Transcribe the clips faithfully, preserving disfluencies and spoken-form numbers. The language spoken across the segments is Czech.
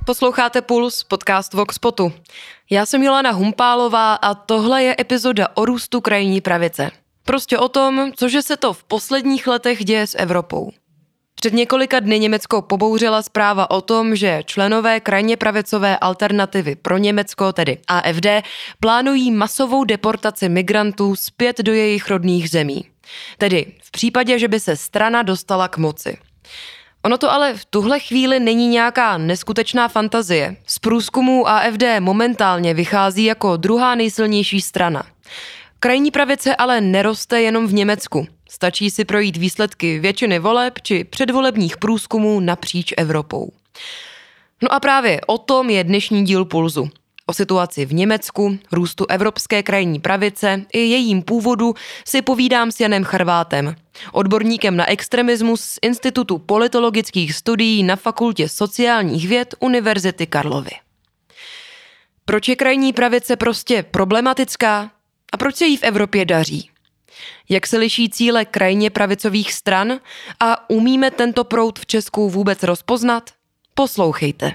Posloucháte Puls, podcast Voxpotu. Já jsem Jolana Humpálová a tohle je epizoda o růstu krajní pravice. Prostě o tom, cože se to v posledních letech děje s Evropou. Před několika dny Německo pobouřila zpráva o tom, že členové krajně pravicové alternativy pro Německo, tedy A F D, plánují masovou deportaci migrantů zpět do jejich rodných zemí. Tedy v případě, že by se strana dostala k moci. Ono to ale v tuhle chvíli není nějaká neskutečná fantazie. Z průzkumů A F D momentálně vychází jako druhá nejsilnější strana. Krajní pravice ale neroste jenom v Německu. Stačí si projít výsledky většiny voleb či předvolebních průzkumů napříč Evropou. No a právě o tom je dnešní díl Pulzu. O situaci v Německu, růstu evropské krajní pravice i jejím původu si povídám s Janem Charvátem, odborníkem na extremismus z Institutu politologických studií na Fakultě sociálních věd Univerzity Karlovy. Proč je krajní pravice prostě problematická a proč se jí v Evropě daří? Jak se liší cíle krajně pravicových stran a umíme tento proud v Česku vůbec rozpoznat? Poslouchejte.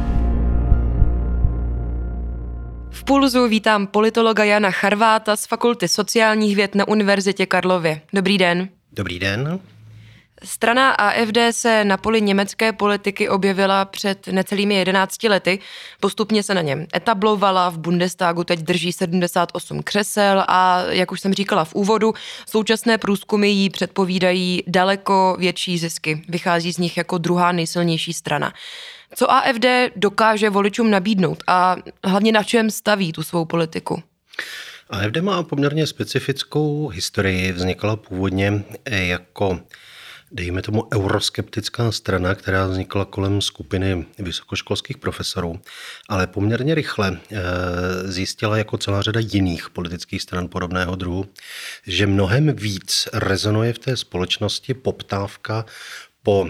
V Pulzu vítám politologa Jana Charváta z Fakulty sociálních věd na Univerzitě Karlově. Dobrý den. Dobrý den. Strana A F D se na poli německé politiky objevila před necelými jedenácti lety. Postupně se na něm etablovala, v Bundestagu teď drží sedmdesát osm křesel a, jak už jsem říkala v úvodu, současné průzkumy jí předpovídají daleko větší zisky. Vychází z nich jako druhá nejsilnější strana. Co A F D dokáže voličům nabídnout a hlavně na čem staví tu svou politiku? A F D má poměrně specifickou historii. Vznikla původně jako, dejme tomu, euroskeptická strana, která vznikla kolem skupiny vysokoškolských profesorů, ale poměrně rychle zjistila jako celá řada jiných politických stran podobného druhu, že mnohem víc rezonuje v té společnosti poptávka po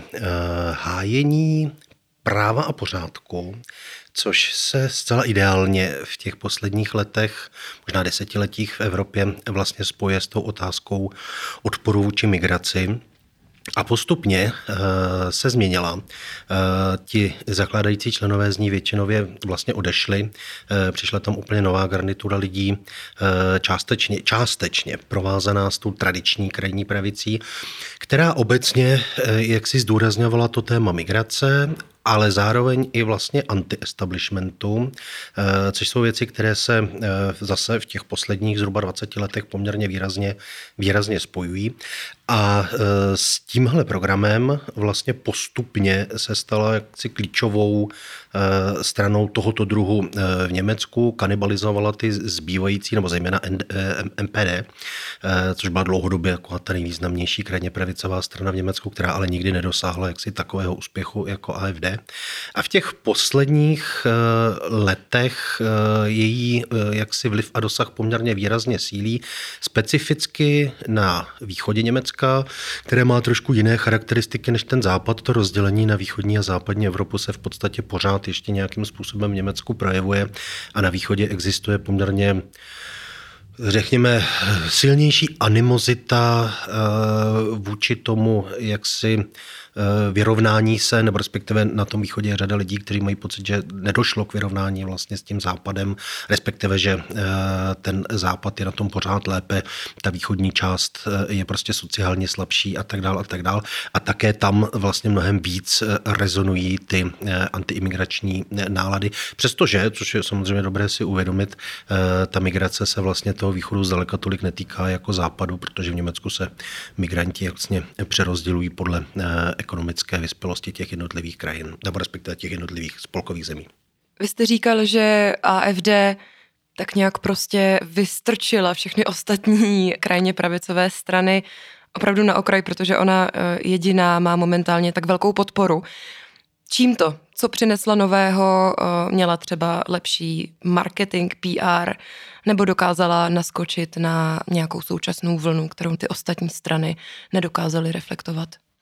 hájení práva a pořádku, což se zcela ideálně v těch posledních letech, možná desetiletích v Evropě vlastně spojuje s tou otázkou odporu vůči migraci. A postupně uh, se změnila. Uh, ti zakládající členové z ní většinově vlastně odešli. Uh, přišla tam úplně nová garnitura lidí, uh, částečně, částečně provázaná s tou tradiční krajní pravicí, která obecně uh, jaksi zdůrazňovala to téma migrace, ale zároveň i vlastně anti-establishmentu, což jsou věci, které se zase v těch posledních zhruba dvaceti letech poměrně výrazně, výrazně spojují. A s tímhle programem vlastně postupně se stala jaksi klíčovou stranou tohoto druhu v Německu, kanibalizovala ty zbývající, nebo zejména M P D, což byla dlouhodobě jako ta nejvýznamnější krajně pravicová strana v Německu, která ale nikdy nedosáhla jaksi takového úspěchu jako A F D. A v těch posledních letech její jaksi vliv a dosah poměrně výrazně sílí, specificky na východě Německa, které má trošku jiné charakteristiky než ten západ. To rozdělení na východní a západní Evropu se v podstatě pořád ještě nějakým způsobem v Německu projevuje a na východě existuje poměrně, řekněme, silnější animozita vůči tomu, jak si vyrovnání se, nebo respektive na tom východě je řada lidí, kteří mají pocit, že nedošlo k vyrovnání vlastně s tím západem, respektive, že ten západ je na tom pořád lépe, ta východní část je prostě sociálně slabší a tak dál a tak dál. A také tam vlastně mnohem víc rezonují ty antiimigrační nálady. Přestože, což je samozřejmě dobré si uvědomit, ta migrace se vlastně toho východu zdaleka tolik netýká jako západu, protože v Německu se migranti vlastně přerozdělují podle ekonomické vyspělosti těch jednotlivých krajin, nebo respektive těch jednotlivých spolkových zemí. Vy jste říkal, že A F D tak nějak prostě vystrčila všechny ostatní krajně pravicové strany opravdu na okraj, protože ona jediná má momentálně tak velkou podporu. Čím to? Co přinesla nového? Měla třeba lepší marketing, P R, nebo dokázala naskočit na nějakou současnou vlnu, kterou ty ostatní strany nedokázaly reflektovat?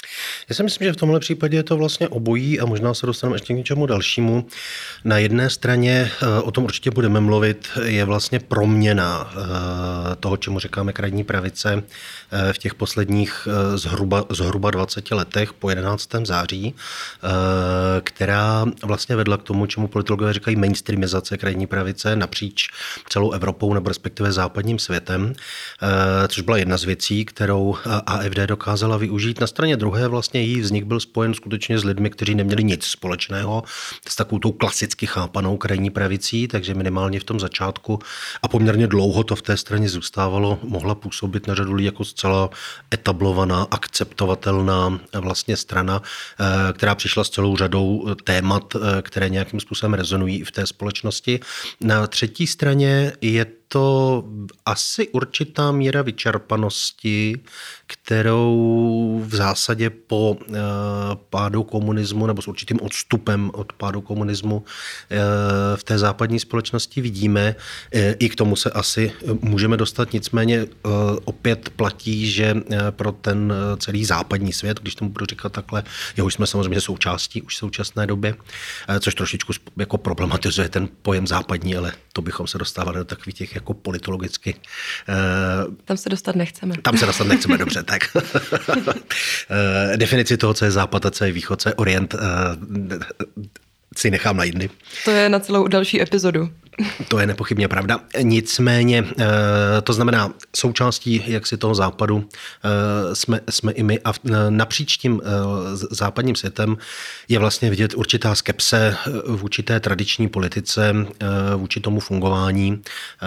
Já si myslím, že v tomhle případě je to vlastně obojí a možná se dostaneme ještě k něčemu dalšímu. Na jedné straně, o tom určitě budeme mluvit, je vlastně proměna toho, čemu říkáme krajní pravice v těch posledních zhruba, zhruba dvaceti letech po jedenáctého září, která vlastně vedla k tomu, čemu politologové říkají mainstreamizace krajní pravice napříč celou Evropou nebo respektive západním světem, což byla jedna z věcí, kterou A F D dokázala využít. Na straně druhé vlastně její vznik byl spojen skutečně s lidmi, kteří neměli nic společného s takovou tou klasicky chápanou krajní pravicí, takže minimálně v tom začátku a poměrně dlouho to v té straně zůstávalo, mohla působit na řadu lidí jako zcela etablovaná, akceptovatelná vlastně strana, která přišla s celou řadou témat, které nějakým způsobem rezonují v té společnosti. Na třetí straně je to asi určitá míra vyčerpanosti, kterou v zásadě po uh, pádu komunismu nebo s určitým odstupem od pádu komunismu uh, v té západní společnosti vidíme. Uh, I k tomu se asi můžeme dostat, nicméně uh, opět platí, že uh, pro ten uh, celý západní svět, když tomu budu říkat takhle, jehož jsme samozřejmě součástí už v současné době, uh, což trošičku jako problematizuje ten pojem západní, ale to bychom se dostávali do takových těch jako politologicky. Uh, tam se dostat nechceme. Tam se dostat nechceme, dobře, tak. Definici toho, co je západ a co je východ, co je orient, si nechám na jindy. To je na celou další epizodu. To je nepochybně pravda. Nicméně, to znamená, součástí jaksi toho západu jsme, jsme i my a napříč tím západním světem je vlastně vidět určitá skepse vůči té tradiční politice, vůči tomu fungování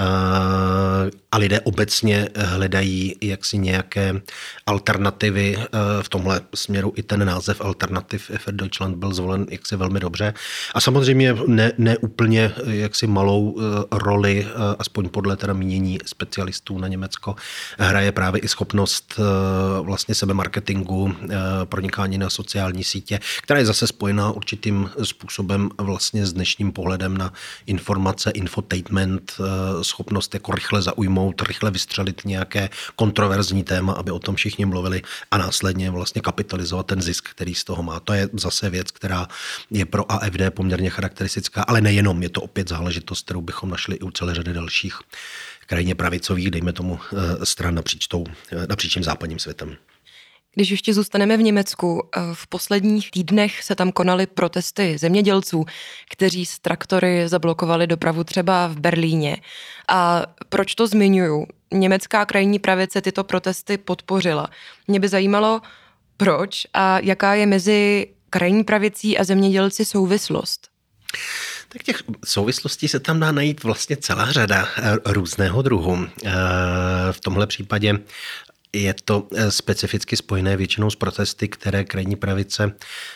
a lidé obecně hledají jaksi nějaké alternativy. V tomhle směru i ten název Alternativ für Deutschland byl zvolen jaksi velmi dobře. A samozřejmě ne, ne úplně jaksi malou roli, aspoň podle teda mínění specialistů na Německo, hraje právě i schopnost vlastně sebemarketingu, pronikání na sociální sítě, která je zase spojená určitým způsobem vlastně s dnešním pohledem na informace, infotainment, schopnost jako rychle zaujmout, rychle vystřelit nějaké kontroverzní téma, aby o tom všichni mluvili a následně vlastně kapitalizovat ten zisk, který z toho má. To je zase věc, která je pro A F D poměrně charakteristická, ale nejenom, je to opět záležitost, kterou bychom našli i u celé řady dalších krajně pravicových, dejme tomu, stran napříč, tou, napříč tím západním světem. Když ještě zůstaneme v Německu, v posledních týdnech se tam konaly protesty zemědělců, kteří s traktory zablokovali dopravu třeba v Berlíně. A proč to zmiňuju? Německá krajní pravice tyto protesty podpořila. Mě by zajímalo, proč a jaká je mezi krajní pravicí a zemědělci souvislost. Tak těch souvislostí se tam dá najít vlastně celá řada různého druhu. V tomhle případě je to specificky spojené většinou s protesty, které krajní pravice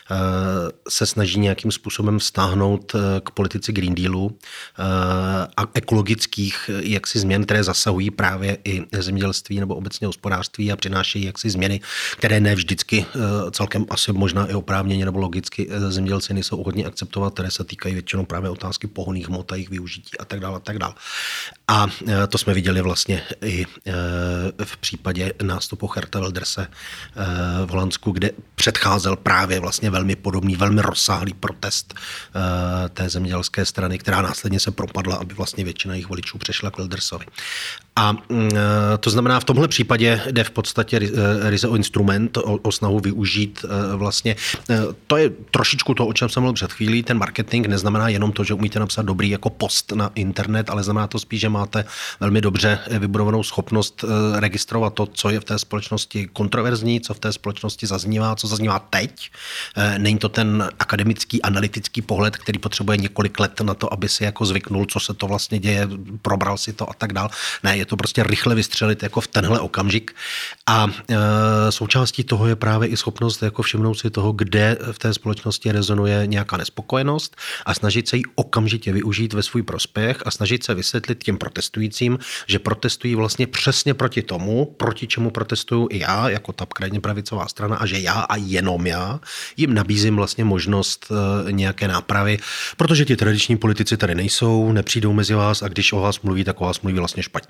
se snaží nějakým způsobem vztáhnout k politice Green Dealu a ekologických jaksi změn, které zasahují právě i zemědělství nebo obecně hospodářství a přinášejí jaksi změny, které ne vždycky celkem asi možná i oprávněně nebo logicky zemědělci nejsou ochotní akceptovat, které se týkají většinou právě otázky pohonných hmot a jejich využití a tak dále a tak dále. A to jsme viděli vlastně i v případě nástupu Geerta Wilderse v Holandsku, kde předcházel právě vlastně velmi podobný, velmi rozsáhlý protest té zemědělské strany, která následně se propadla, aby vlastně většina jejich voličů přešla k Wildersovi. A to znamená, v tomhle případě jde v podstatě ryze o instrument, o, o snahu využít vlastně, to je trošičku to, o čem jsem mluvil před chvílí, ten marketing neznamená jenom to, že umíte napsat dobrý jako post na internet, ale znamená to spíš, že máte velmi dobře vybudovanou schopnost registrovat to, co je v té společnosti kontroverzní, co v té společnosti zaznívá, co zaznívá teď. Není to ten akademický, analytický pohled, který potřebuje několik let na to, aby si jako zvyknul, co se to vlastně děje, probral si to a tak dál. Ne, je to prostě rychle vystřelit jako v tenhle okamžik. A e, součástí toho je právě i schopnost jako všimnout si toho, kde v té společnosti rezonuje nějaká nespokojenost a snažit se ji okamžitě využít ve svůj prospěch a snažit se vysvětlit těm protestujícím, že protestují vlastně přesně proti tomu, proti čemu protestuju i já, jako ta krajně pravicová strana, a že já a jenom já jim nabízím vlastně možnost e, nějaké nápravy, protože ti tradiční politici tady nejsou, nepřijdou mezi vás a když o vás mluví, tak o vás mluví vlastně špatně.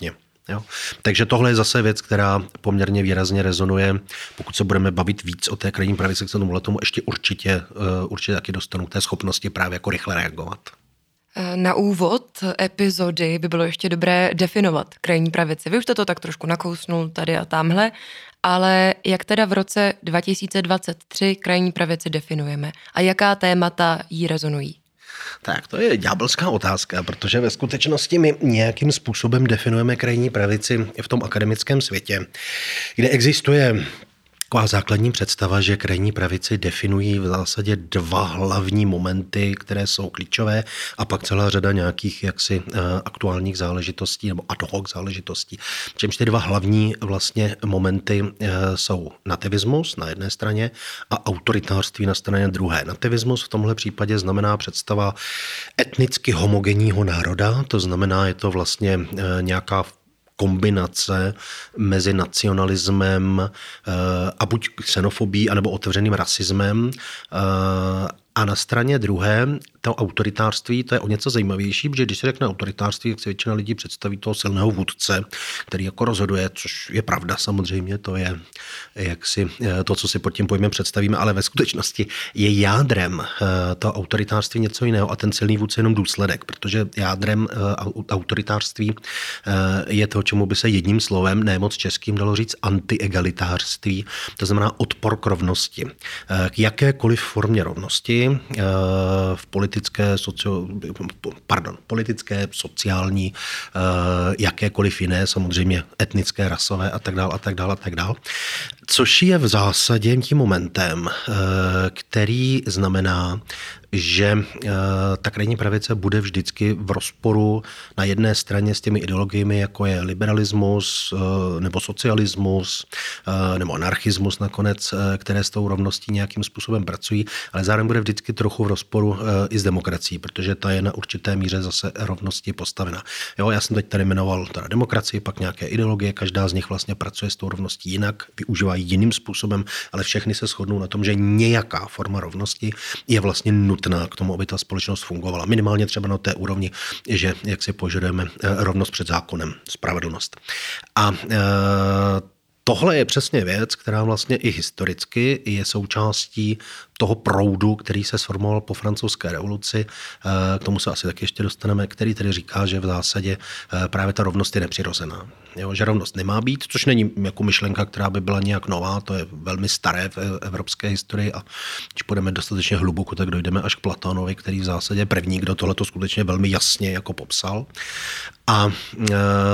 Jo? Takže tohle je zase věc, která poměrně výrazně rezonuje. Pokud se budeme bavit víc o té krajní pravici, k tomu tomu ještě určitě, určitě taky dostanu k té schopnosti právě jako rychle reagovat. Na úvod epizody by bylo ještě dobré definovat krajní pravici. Vy už jste to tak trošku nakousnul tady a tamhle, ale jak teda v roce dva tisíce dvacet tři krajní pravici definujeme a jaká témata jí rezonují? Tak to je ďábelská otázka, protože ve skutečnosti my nějakým způsobem definujeme krajní pravici v tom akademickém světě, kde existuje taková základní představa, že krajní pravici definují v zásadě dva hlavní momenty, které jsou klíčové a pak celá řada nějakých jaksi aktuálních záležitostí nebo ad hoc záležitostí. Čímž ty dva hlavní vlastně momenty jsou nativismus na jedné straně a autoritářství na straně druhé. Nativismus v tomhle případě znamená představa etnicky homogenního národa, to znamená, je to vlastně nějaká kombinace mezi nacionalismem a buď xenofobií, anebo otevřeným rasismem. A na straně druhé to autoritářství, to je o něco zajímavější, protože když se řekne autoritářství, tak se většina lidí představí toho silného vůdce, který jako rozhoduje, což je pravda samozřejmě, to je jaksi to, co si pod tím pojmem představíme, ale ve skutečnosti je jádrem to autoritářství něco jiného a ten silný vůdce je jenom důsledek, protože jádrem autoritářství je to, čemu by se jedním slovem, ne moc českým, dalo říct antiegalitářství, to znamená odpor k rovnosti, k jakékoliv formě rovnosti v politické, socio, pardon, politické, sociální, jakékoliv jiné, samozřejmě etnické, rasové a tak dále a tak dále a tak dále. Což je v zásadě tím momentem, který znamená, že ta krajní pravice bude vždycky v rozporu na jedné straně s těmi ideologiemi, jako je liberalismus nebo socialismus nebo anarchismus nakonec, které s tou rovností nějakým způsobem pracují, ale zároveň bude vždycky trochu v rozporu i s demokracií, protože ta je na určité míře zase rovnosti postavena. Jo, já jsem teď tady jmenoval teda demokracii, pak nějaké ideologie, každá z nich vlastně pracuje s tou rovností jinak, využívají jiným způsobem, ale všechny se shodnou na tom, že nějaká forma rovnosti je vlastně nutná k tomu, aby ta společnost fungovala. Minimálně třeba na té úrovni, že jak si požadujeme rovnost před zákonem, spravedlnost. A e, tohle je přesně věc, která vlastně i historicky je součástí toho proudu, který se sformoval po francouzské revoluci. K tomu se asi taky ještě dostaneme, který tedy říká, že v zásadě právě ta rovnost je nepřirozená. Jo, že rovnost nemá být, což není jako myšlenka, která by byla nějak nová, to je velmi staré v evropské historii a když půjdeme dostatečně hluboko, tak dojdeme až k Platónovi, který v zásadě první, kdo tohleto skutečně velmi jasně jako popsal. A e,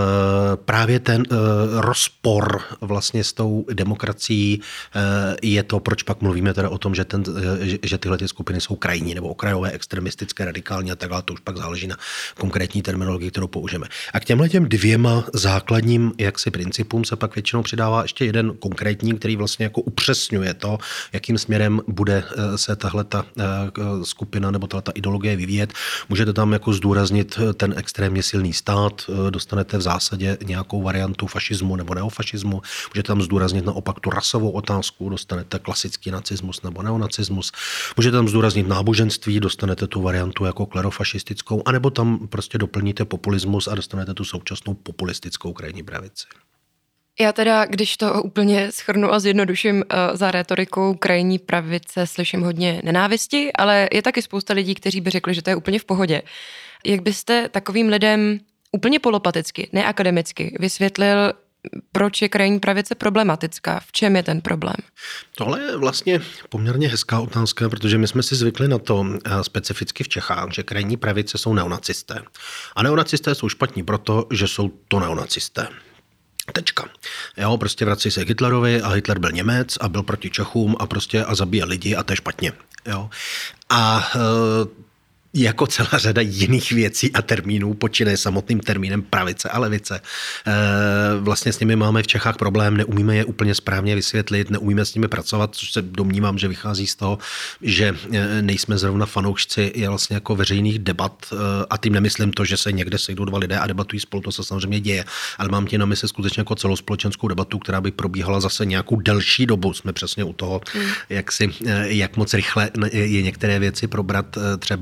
právě ten e, rozpor vlastně s tou demokracií e, je to, proč pak mluvíme teda o tom, že, ten, e, že tyhle ty skupiny jsou krajní nebo okrajové, extremistické, radikální a tak dále, to už pak záleží na konkrétní terminologii, kterou použijeme. A k těmhle těm dvěma základním jaksi principům se pak většinou přidává ještě jeden konkrétní, který vlastně jako upřesňuje to, jakým směrem bude se tahleta skupina nebo tahleta ideologie vyvíjet. Můžete tam jako zdůraznit ten extrémně silný stát, dostanete v zásadě nějakou variantu fašismu nebo neofašismu, můžete tam zdůraznit naopak tu rasovou otázku, dostanete klasický nacismus nebo neonacismus, můžete tam zdůraznit náboženství, dostanete tu variantu jako klerofašistickou, anebo tam prostě doplníte populismus a dostanete tu současnou populistickou krajní pravici. Já teda, když to úplně shrnu a zjednoduším, za rétorikou krajní pravice slyším hodně nenávisti, ale je taky spousta lidí, kteří by řekli, že to je úplně v pohodě. Jak byste takovým lidem úplně polopaticky, neakademicky vysvětlil, proč je krajní pravice problematická? V čem je ten problém? Tohle je vlastně poměrně hezká otázka, protože my jsme si zvykli na to specificky v Čechách, že krajní pravice jsou neonacisté. A neonacisté jsou špatní proto, že jsou to neonacisté. Tečka. Jo, prostě vrací se k Hitlerovi a Hitler byl Němec a byl proti Čechům a prostě a zabíjel lidi a to je špatně. Jo. A e, jako celá řada jiných věcí a termínů, počínaje samotným termínem pravice a levice. Vlastně s nimi máme v Čechách problém, neumíme je úplně správně vysvětlit, neumíme s nimi pracovat, což se domnívám, že vychází z toho, že nejsme zrovna fanoušci je vlastně jako veřejných debat a tím nemyslím to, že se někde sejdou dva lidé a debatují spolu, to se samozřejmě děje, ale mám tě na mysli skutečně jako celospolečenskou debatu, která by probíhala zase nějakou delší dobu. Jsme přesně u toho, mm. jak si, jak moc rychle je některé věci probrat třeba.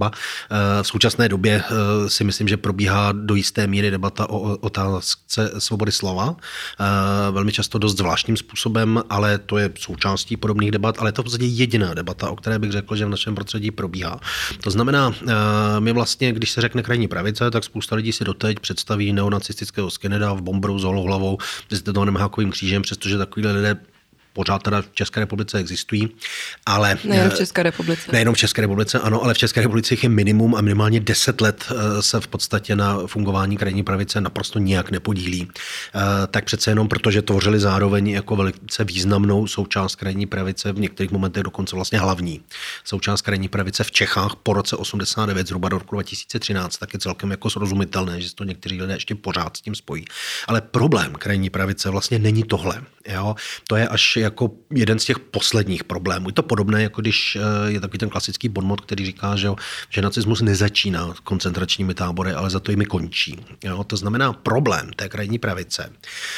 V současné době si myslím, že probíhá do jisté míry debata o otázce svobody slova. Velmi často dost zvláštním způsobem, ale to je součástí podobných debat, ale je to v podstatě jediná debata, o které bych řekl, že v našem prostředí probíhá. To znamená, my vlastně, když se řekne krajní pravice, tak spousta lidí si doteď představí neonacistického skinheada v bomberu s holou hlavou, s tetováním hákovým křížem, přestože takovýhle lidé pořád teda v České republice existují, ale... Nejenom v České republice. Nejenom v České republice, ano, ale v České republice jich je minimum a minimálně deset let se v podstatě na fungování krajní pravice naprosto nijak nepodílí. Tak přece jenom, protože tvořili zároveň jako velice významnou součást krajní pravice, v některých momentech dokonce vlastně hlavní součást krajní pravice v Čechách po roce osmdesát devět, zhruba do roku dva tisíce třináct, tak je celkem jako srozumitelné, že to někteří lidé ještě pořád s tím spojí. Ale problém krajní pravice vlastně není tohle. Jo? To je až jako jeden z těch posledních problémů. Je to podobné, jako když je takový ten klasický bonmot, který říká, že, že nacismus nezačíná koncentračními tábory, ale za to jimi končí. Jo? To znamená, problém té krajní pravice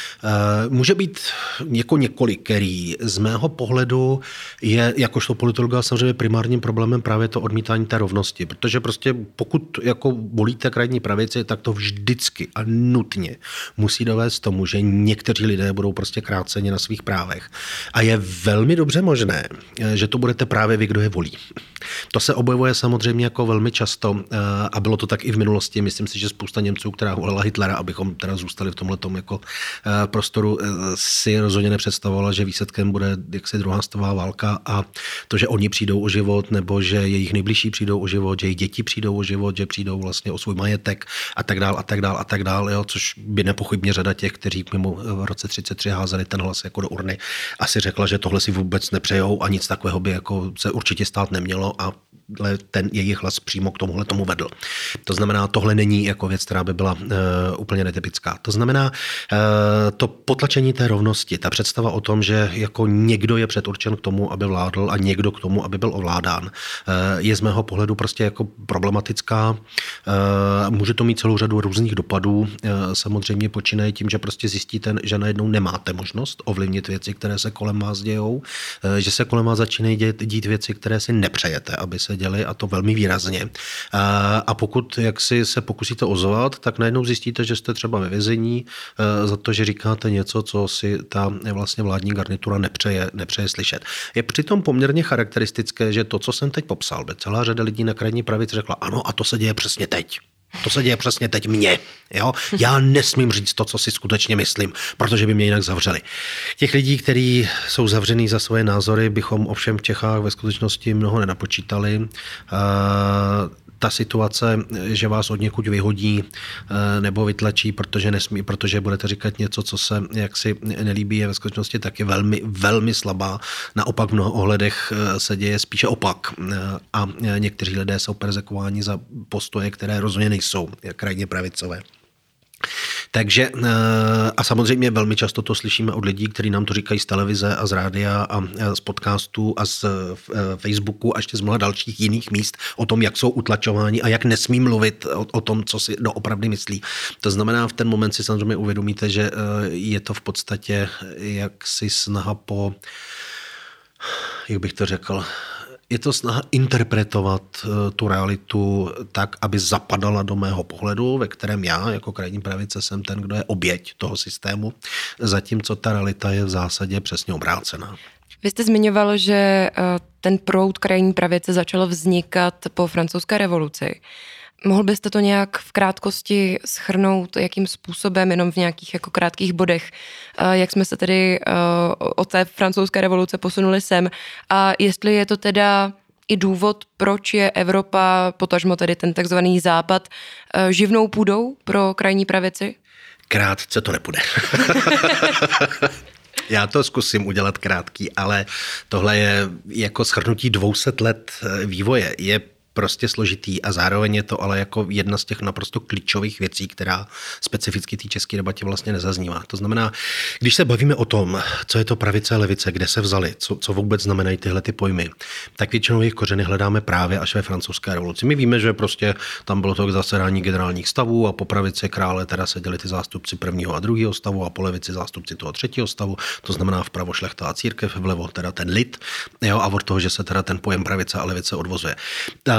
může být jako několik, který z mého pohledu je, jakožto politologa, samozřejmě primárním problémem právě to odmítání té rovnosti, protože prostě pokud jako volíte krajní pravici, tak to vždycky a nutně musí dovést tomu, že někteří lidé budou prostě kráceni na svých právech. A je velmi dobře možné, že to budete právě vy, kdo je volí. To se objevuje samozřejmě jako velmi často a bylo to tak i v minulosti. Myslím si, že spousta Němců, která volila Hitlera, abychom teda zůstali v tomhletom jako prostoru, si rozhodně nepředstavovala, že výsledkem bude jaksi druhá světová válka a to, že oni přijdou o život, nebo že jejich nejbližší přijdou o život, že jejich děti přijdou o život, že přijdou vlastně o svůj majetek a tak dál a tak dál a tak dál, jo, což by nepochybně řada těch, kteří mimo v roce třicet tři házeli ten hlas jako do urny, asi řekla, že tohle si vůbec nepřejou a nic takového by jako se určitě stát nemělo a ten jejich hlas přímo k tomuhle tomu vedl. To znamená, tohle není jako věc, která by byla uh, úplně netypická. To znamená, uh, to potlačení té rovnosti, ta představa o tom, že jako někdo je předurčen k tomu, aby vládl a někdo k tomu, aby byl ovládán, uh, je z mého pohledu prostě jako problematická. Uh, může to mít celou řadu různých dopadů. Uh, samozřejmě počínaje tím, že prostě zjistíte, že najednou nemáte možnost ovlivnit věci, které se kolem vás dějou, uh, že se kolem vás začínají dít, dít věci, které si nepřejete, aby se děli, a to velmi výrazně. A pokud jak si se pokusíte ozvat, tak najednou zjistíte, že jste třeba ve vězení za to, že říkáte něco, co si ta vlastně vládní garnitura nepřeje, nepřeje slyšet. Je přitom poměrně charakteristické, že to, co jsem teď popsal, by celá řada lidí na krajní pravici řekla, ano, a to se děje přesně teď. To se děje přesně teď mně. Jo? Já nesmím říct to, co si skutečně myslím, protože by mě jinak zavřeli. Těch lidí, kteří jsou zavřený za svoje názory, bychom ovšem v Čechách ve skutečnosti mnoho nenapočítali. Ta situace, že vás od někud vyhodí nebo vytlačí, protože nesmí, protože budete říkat něco, co se jaksi nelíbí, je ve skutečnosti taky velmi, velmi slabá. Naopak v mnoha ohledech se děje spíše opak. A někteří lidé jsou perzekuováni za postoje, které rozhodně nejsou krajně pravicové. Takže a samozřejmě velmi často to slyšíme od lidí, kteří nám to říkají z televize a z rádia a z podcastů a z Facebooku a ještě z mnoha dalších jiných míst o tom, jak jsou utlačováni a jak nesmí mluvit o, o tom, co si doopravdy myslí. To znamená, v ten moment si samozřejmě uvědomíte, že je to v podstatě jaksi snaha po, jak bych to řekl, je to snaha interpretovat tu realitu tak, aby zapadala do mého pohledu, ve kterém já jako krajní pravice jsem ten, kdo je oběť toho systému, zatímco ta realita je v zásadě přesně obrácená. Vy jste zmiňoval, že ten proud krajní pravice začal vznikat po francouzské revoluci. Mohl byste to nějak v krátkosti shrnout, jakým způsobem, jenom v nějakých jako krátkých bodech, jak jsme se tedy od té francouzské revoluce posunuli sem a jestli je to teda i důvod, proč je Evropa, potažmo tedy ten takzvaný západ, živnou půdou pro krajní pravici? Krátce to nepůjde. Já to zkusím udělat krátký, ale tohle je jako shrnutí dvou set let vývoje. Je prostě složitý a zároveň je to ale jako jedna z těch naprosto klíčových věcí, která specificky té české debatě vlastně nezaznívá. To znamená, když se bavíme o tom, co je to pravice a levice, kde se vzali, co, co vůbec znamenají tyhle ty pojmy, tak většinou jejich kořeny hledáme právě až ve francouzské revoluci. My víme, že prostě tam bylo to k zasedání generálních stavů a po pravici krále teda seděli ty zástupci prvního a druhého stavu a po levici zástupci toho třetího stavu, to znamená vpravo šlechta a církev, vlevo teda ten lid, jo, a od toho, že se teda ten pojem pravice a levice odvozuje.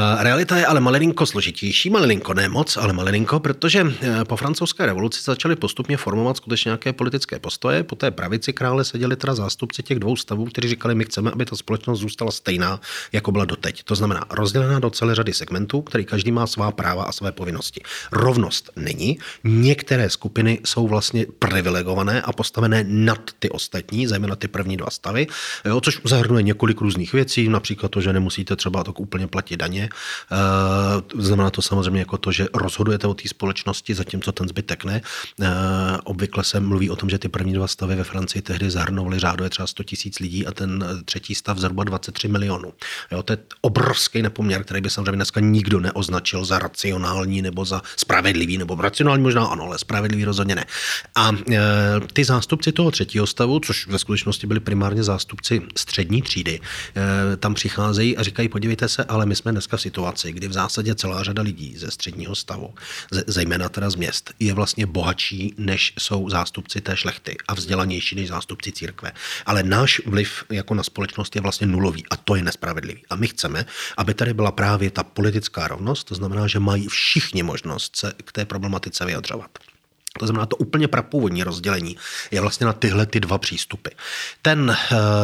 Realita je ale malinko složitější, malinko ne moc, ale malinko, protože po francouzské revoluci začaly postupně formovat skutečně nějaké politické postoje. Po té pravici krále seděli teda zástupci těch dvou stavů, kteří říkali, my chceme, aby ta společnost zůstala stejná, jako byla doteď. To znamená rozdělená do celé řady segmentů, který každý má svá práva a své povinnosti. Rovnost není, některé skupiny jsou vlastně privilegované a postavené nad ty ostatní, zejména ty první dva stavy, jo, což zahrnuje několik různých věcí, například to, že nemusíte třeba tak úplně platit daně. E, znamená to samozřejmě jako to, že rozhodujete o té společnosti, zatímco ten zbytek ne. E, obvykle se mluví o tom, že ty první dva stavy ve Francii tehdy zahrnovaly řádově třeba sto tisíc lidí a ten třetí stav zhruba dvacet tři milionů. Jo, to je obrovský nepoměr, který by samozřejmě dneska nikdo neoznačil za racionální nebo za spravedlivý, nebo racionální možná ano, ale spravedlivý rozhodně ne. A e, ty zástupci toho třetího stavu, což ve skutečnosti byli primárně zástupci střední třídy, e, tam přicházejí a říkají, podívejte se, ale my jsme dneska v situaci, kdy v zásadě celá řada lidí ze středního stavu, ze, zejména teda z měst, je vlastně bohatší, než jsou zástupci té šlechty a vzdělanější než zástupci církve. Ale náš vliv jako na společnost je vlastně nulový a to je nespravedlivý. A my chceme, aby tady byla právě ta politická rovnost, to znamená, že mají všichni možnost se k té problematice vyjadřovat. To znamená, to úplně prapůvodní rozdělení je vlastně na tyhle ty dva přístupy. Ten,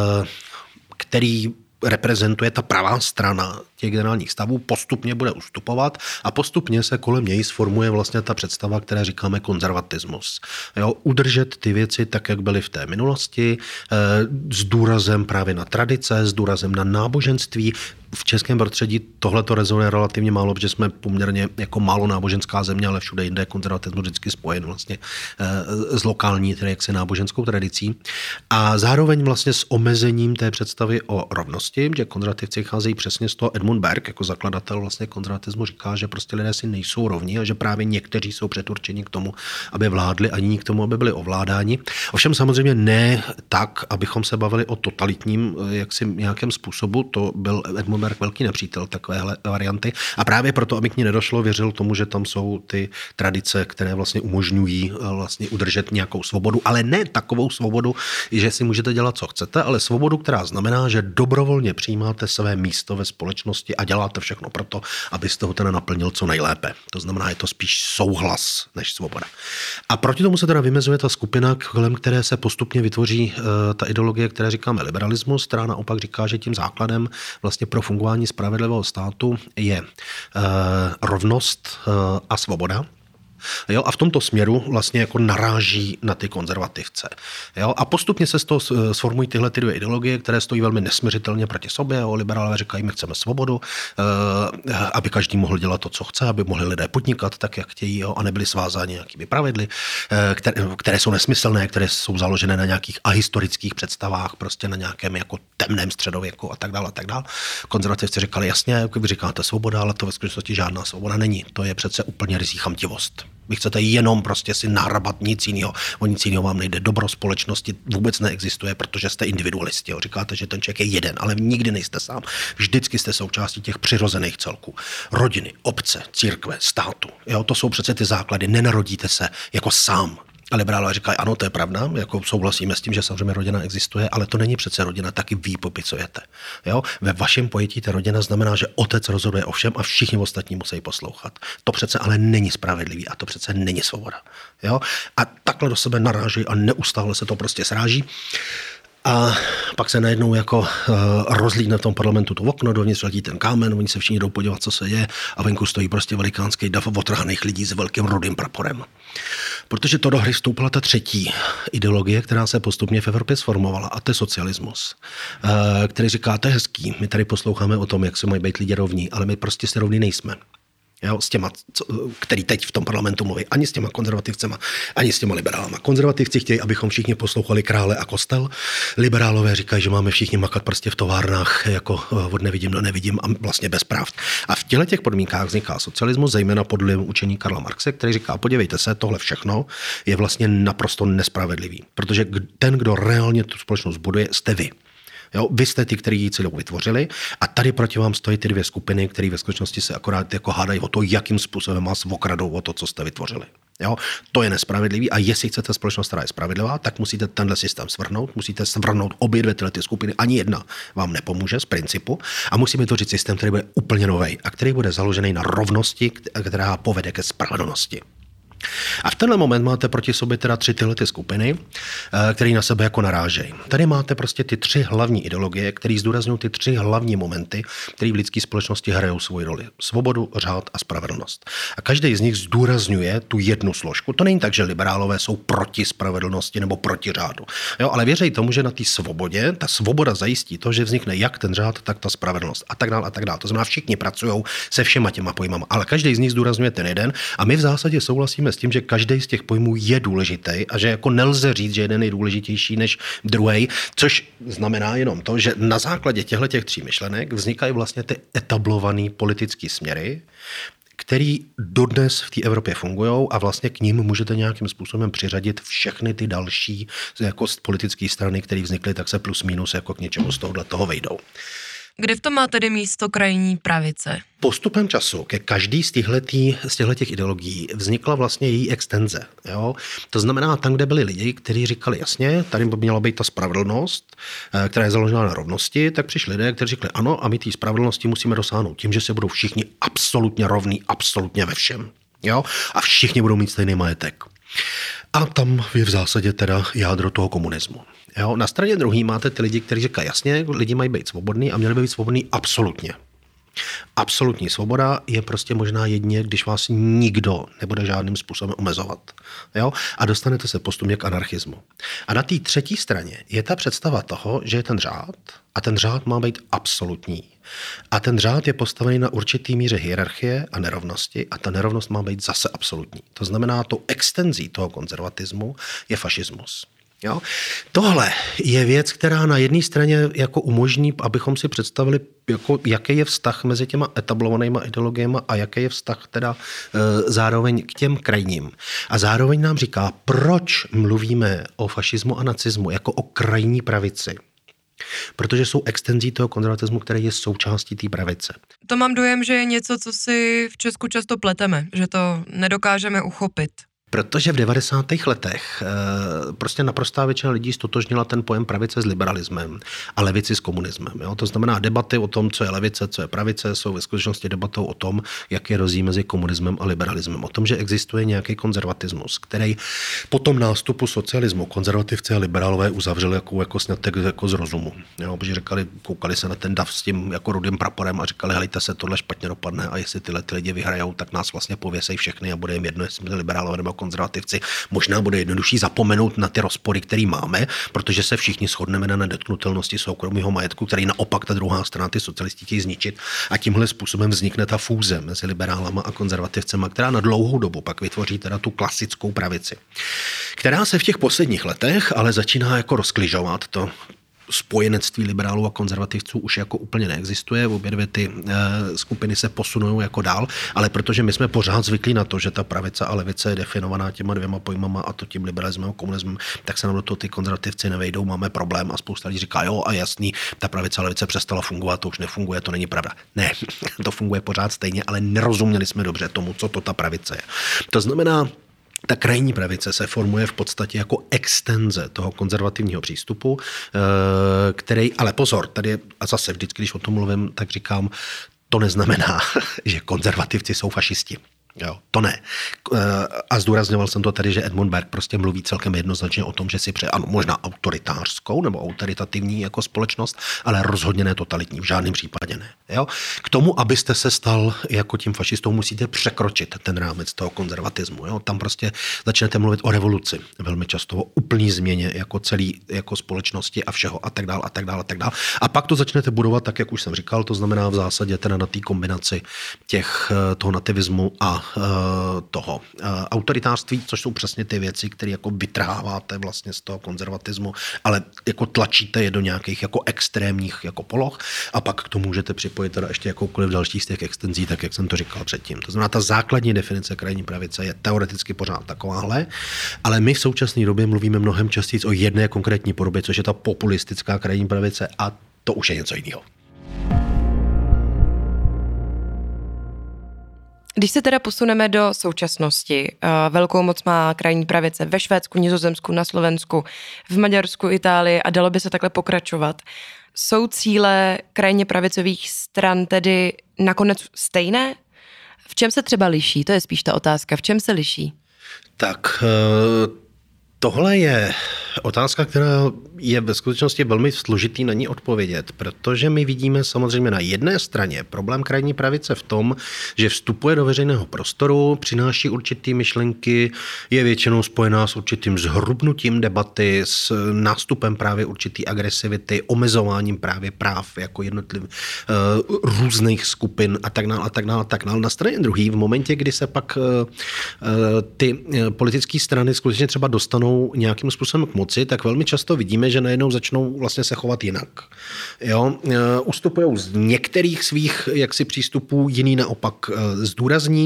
který reprezentuje ta pravá strana těch generálních stavů, postupně bude ustupovat a postupně se kolem něj sformuje vlastně ta představa, která říkáme konzervatismus. Jo, udržet ty věci tak, jak byly v té minulosti, s důrazem právě na tradice, s důrazem na náboženství. V českém prostředí tohle to rezonuje relativně málo, protože jsme poměrně jako málo náboženská země, ale všude jinde je konzervatismus vždycky spojen vlastně s lokální, tedy jaksi náboženskou tradicí. A zároveň vlastně s omezením té představy o rovnosti, že konzervativci cházejí přesně z toho. Edmund Burke jako zakladatel vlastně konzervatismu říká, že prostě lidé si nejsou rovní a že právě někteří jsou předurčeni k tomu, aby vládli a jiní k tomu, aby byli ovládáni. Ovšem samozřejmě ne tak, abychom se bavili o totalitním jaksi nějakém způsobu, to byl Edmund Burke velký nepřítel takovéhle varianty a právě proto, aby k ní nedošlo, věřil tomu, že tam jsou ty tradice, které vlastně umožňují vlastně udržet nějakou svobodu, ale ne takovou svobodu, že si můžete dělat, co chcete, ale svobodu, která znamená, že dobrovolně přijímáte své místo ve společnosti a děláte všechno proto, abyste ho teda naplnil co nejlépe. To znamená, je to spíš souhlas než svoboda. A proti tomu se teda vymezuje ta skupina, kolem které se postupně vytvoří uh, ta ideologie, které říkáme liberalismus, která naopak říká, že tím základem vlastně pro fungování spravedlivého státu je uh, rovnost uh, a svoboda. Jo, a v tomto směru vlastně jako naráží na ty konzervativce. Jo, a postupně se z toho sformují tyhle ty dvě ideologie, které stojí velmi nesměřitelně proti sobě. Jo, liberálové říkají, my chceme svobodu, eh, aby každý mohl dělat to, co chce, aby mohli lidé podnikat tak, jak chtějí, jo, a nebyli svázáni nějakými pravidly, eh, které, které jsou nesmyslné, které jsou založené na nějakých ahistorických představách, prostě na nějakém jako temném středověku a tak dále a tak dále. Konzervativci říkali, jasně, jak vy říkáte svoboda, ale to ve skutečnosti žádná svoboda není. To je přece úplně ryzí chamtivost. Vy chcete jenom prostě si nahrabat nic jiného. O nic jiného vám nejde. Dobro společnosti vůbec neexistuje, protože jste individualisti. Jo. Říkáte, že ten člověk je jeden, ale nikdy nejste sám. Vždycky jste součástí těch přirozených celků. Rodiny, obce, církve, státu. Jo, to jsou přece ty základy. Nenarodíte se jako sám. A liberálové říkají, ano, to je pravda, jako souhlasíme s tím, že samozřejmě rodina existuje, ale to není přece rodina, taky vy popisujete. Jo? Ve vašem pojetí ta rodina znamená, že otec rozhoduje o všem a všichni ostatní musí poslouchat. To přece ale není spravedlivý a to přece není svoboda. Jo? A takhle do sebe naráží a neustále se to prostě sráží. A pak se najednou jako uh, rozlídne v tom parlamentu to okno, dovnitř letí ten kámen, oni se všichni jdou podívat, co se je a venku stojí prostě velikánský dav otrhaných lidí s velkým rudým praporem. Protože to do hry vstoupila ta třetí ideologie, která se postupně v Evropě sformovala, a to je socialismus, uh, který říká, to je hezký, my tady posloucháme o tom, jak se mají být lidi rovní, ale my prostě si rovní nejsme. Jo, s těma, který teď v tom parlamentu mluví, ani s těma konzervativcema, ani s těma liberálama. Konzervativci chtějí, abychom všichni poslouchali krále a kostel. Liberálové říkají, že máme všichni makat prostě v továrnách jako od nevidím do nevidím a vlastně bez práv. A v těchto těch podmínkách vzniká socialismus, zejména podle učení Karla Marxe, který říká, podívejte se, tohle všechno je vlastně naprosto nespravedlivý, protože ten, kdo reálně tu společnost buduje, jste vy. Jo, vy jste ty, kteří ji celou vytvořili a tady proti vám stojí ty dvě skupiny, které ve skutečnosti se akorát jako hádají o to, jakým způsobem vás okradou o to, co jste vytvořili. Jo, to je nespravedlivý a jestli chcete společnost, která je spravedlivá, tak musíte tenhle systém svrhnout, musíte svrhnout obě dvě tyhle ty skupiny, ani jedna vám nepomůže z principu a musíme vytvořit systém, který bude úplně nový a který bude založený na rovnosti, která povede ke spravedlnosti. A v tenhle moment máte proti sobě teda tři tyhle ty skupiny, které na sebe jako narážejí. Tady máte prostě ty tři hlavní ideologie, které zdůrazňují ty tři hlavní momenty, které v lidské společnosti hrajou svou roli. Svobodu, řád a spravedlnost. A každý z nich zdůrazňuje tu jednu složku. To není tak, že liberálové jsou proti spravedlnosti nebo proti řádu. Jo, ale věří tomu, že na té svobodě ta svoboda zajistí to, že vznikne jak ten řád, tak ta spravedlnost a tak dále a tak dále. To znamená, všichni pracují se všema těma pojmama, ale každý z nich zdůrazňuje ten jeden a my v zásadě souhlasíme s tím, že každý z těch pojmů je důležitý a že jako nelze říct, že jeden je důležitější než druhý, což znamená jenom to, že na základě těchto těch tří myšlenek vznikají vlastně ty etablované politické směry, který dodnes v té Evropě fungují a vlastně k ním můžete nějakým způsobem přiřadit všechny ty další jako politické strany, které vznikly, tak se plus minus jako k něčemu z tohohle toho vejdou. Kde v tom má tedy místo krajní pravice? Postupem času ke každý z těchto ideologií vznikla vlastně její extenze. Jo? To znamená tam, kde byli lidi, kteří říkali jasně, tady by měla být ta spravedlnost, která je založena na rovnosti, tak přišli lidé, kteří řekli ano a my té spravedlnosti musíme dosáhnout tím, že se budou všichni absolutně rovní, absolutně ve všem. Jo? A všichni budou mít stejný majetek. A tam je v zásadě teda jádro toho komunismu. Jo? Na straně druhý máte ty lidi, kteří říkají jasně, lidi mají být svobodní a měli by být svobodní absolutně. Absolutní svoboda je prostě možná jedině, když vás nikdo nebude žádným způsobem omezovat. Jo? A dostanete se postupně k anarchismu. A na té třetí straně je ta představa toho, že je ten řád a ten řád má být absolutní. A ten řád je postavený na určitý míře hierarchie a nerovnosti a ta nerovnost má být zase absolutní. To znamená, tou extenzí toho konzervatismu je fašismus. Jo? Tohle je věc, která na jedné straně jako umožní, abychom si představili, jako, jaký je vztah mezi těma etablovanýma ideologiemi a jaký je vztah teda e, zároveň k těm krajním. A zároveň nám říká, proč mluvíme o fašismu a nacismu jako o krajní pravici. Protože jsou extenzí toho konzervatismu, který je součástí té pravice. To mám dojem, že je něco, co si v Česku často pleteme, že to nedokážeme uchopit. Protože v devadesátých letech e, prostě naprostá většina lidí stotožnila ten pojem pravice s liberalismem a levici s komunismem. Jo? To znamená, debaty o tom, co je levice, co je pravice, jsou ve skutečnosti debatou o tom, jak je rozdíl mezi komunismem a liberalismem. O tom, že existuje nějaký konzervatismus, který po tom nástupu socialismu konzervativci a liberálové uzavřeli jako, jako sňatek jako z rozumu. Jo? Protože říkali, koukali se na ten dav s tím jako rudým praporem a říkali, helejte se, tohle špatně dopadne a jestli tyhle ty lidi vyhrajou, tak nás vlastně pověsej všechny a bude jim jedno, jestli jsme liberálové nebo konzervativci. Možná bude jednodušší zapomenout na ty rozpory, které máme, protože se všichni shodneme na nedotknutelnosti soukromého majetku, který naopak ta druhá strana, ty socialisti, chtějí zničit. A tímhle způsobem vznikne ta fúze mezi liberálama a konzervativcema, která na dlouhou dobu pak vytvoří teda tu klasickou pravici, která se v těch posledních letech ale začíná jako rozkližovat. To spojenectví liberálů a konzervativců už jako úplně neexistuje, obě dvě ty e, skupiny se posunují jako dál, ale protože my jsme pořád zvyklí na to, že ta pravice a levice je definovaná těma dvěma pojmama a to tím liberalismem a komunismem, tak se nám do toho ty konzervativci nevejdou, máme problém a spousta lidí říká, jo a jasný, ta pravice a levice přestala fungovat, to už nefunguje, to není pravda. Ne, to funguje pořád stejně, ale nerozuměli jsme dobře tomu, co to ta pravice je. To znamená, ta krajní pravice se formuje v podstatě jako extenze toho konzervativního přístupu, který, ale pozor, tady a zase vždycky, když o tom mluvím, tak říkám, to neznamená, že konzervativci jsou fašisti. Jo, to ne. A zdůrazňoval jsem to tady, že Edmund Berg prostě mluví celkem jednoznačně o tom, že si přeje, ano, možná autoritářskou nebo autoritativní jako společnost, ale rozhodně ne totalitní, v žádném případě ne. Jo? K tomu, abyste se stal jako tím fašistou, musíte překročit ten rámec toho konzervatismu. Jo? Tam prostě začnete mluvit o revoluci, velmi často o úplný změně jako celý jako společnosti a všeho a tak dál a tak dál a tak dál. A pak to začnete budovat tak, jak už jsem říkal, to znamená v zásadě teda na té kombinaci těch toho nativismu a uh, toho uh, autoritářství, což jsou přesně ty věci, které jako vytrháváte vlastně z toho konzervatismu, ale jako tlačíte je do nějakých jako extrémních jako poloh a pak k tomu můžete připojit teda ještě jakoukoliv další z těch extenzí, tak jak jsem to říkal předtím. To znamená, ta základní definice krajní pravice je teoreticky pořád takováhle, ale my v současné době mluvíme mnohem častěji o jedné konkrétní podobě, což je ta populistická krajní pravice a to už je něco jiného. Když se teda posuneme do současnosti, velkou moc má krajní pravice ve Švédsku, Nizozemsku, na Slovensku, v Maďarsku, Itálii a dalo by se takhle pokračovat. Jsou cíle krajně pravicových stran tedy nakonec stejné? V čem se třeba liší? To je spíš ta otázka. V čem se liší? Tak tohle je otázka, která je ve skutečnosti velmi složitý na ní odpovědět, protože my vidíme samozřejmě na jedné straně problém krajní pravice v tom, že vstupuje do veřejného prostoru, přináší určitý myšlenky, je většinou spojená s určitým zhrubnutím debaty, s nástupem právě určitý agresivity, omezováním právě práv jako jednotlivých uh, různých skupin a tak dále a tak dále a tak dále. Na straně druhé, v momentě, kdy se pak uh, ty uh, politické strany skutečně třeba dostanou nějakým způsobem k moci, tak velmi často vidíme, že najednou začnou vlastně se chovat jinak. Jo? Ustupují z některých svých jaksi přístupů, jiný naopak zdůrazní.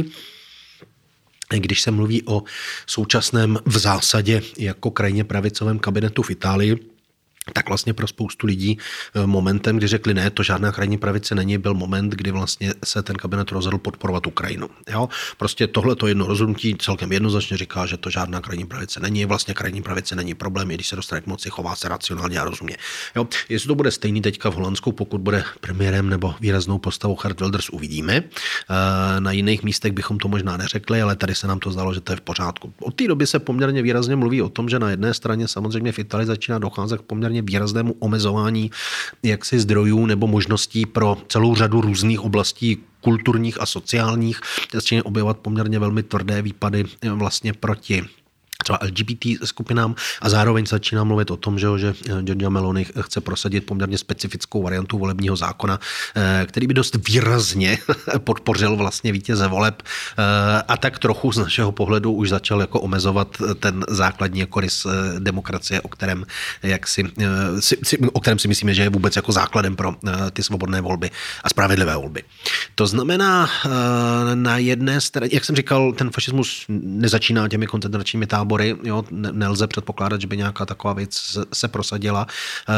Když se mluví o současném v zásadě jako krajně pravicovém kabinetu v Itálii, tak vlastně pro spoustu lidí momentem, kdy řekli ne, to žádná krajní pravice není, byl moment, kdy vlastně se ten kabinet rozhodl podporovat Ukrajinu. Jo? Prostě tohle to jedno rozhodnutí celkem jednoznačně říká, že to žádná krajní pravice není. Vlastně krajní pravice není problém, i když se dostane k moci, chová se racionálně a rozumně. Jo? Jestli to bude stejný teďka v Holandsku, pokud bude premiérem nebo výraznou postavou Geert Wilders, uvidíme. Na jiných místech bychom to možná neřekli, ale tady se nám to zdalo, že to je v pořádku. Od té doby se poměrně výrazně mluví o tom, že na jedné straně samozřejmě v Itálii začíná docházet k poměrně výraznému omezování jaksi zdrojů nebo možností pro celou řadu různých oblastí kulturních a sociálních. Začínají objevovat poměrně velmi tvrdé výpady vlastně proti třeba L G B T skupinám a zároveň začíná mluvit o tom, že, že Giorgia Meloni chce prosadit poměrně specifickou variantu volebního zákona, který by dost výrazně podpořil vlastně vítěze voleb a tak trochu z našeho pohledu už začal jako omezovat ten základní jako rys demokracie, o kterém, jak si, si, o kterém si myslíme, že je vůbec jako základem pro ty svobodné volby a spravedlivé volby. To znamená na jedné straně, jak jsem říkal, ten fašismus nezačíná těmi koncentračními tábory, jo, nelze předpokládat, že by nějaká taková věc se prosadila,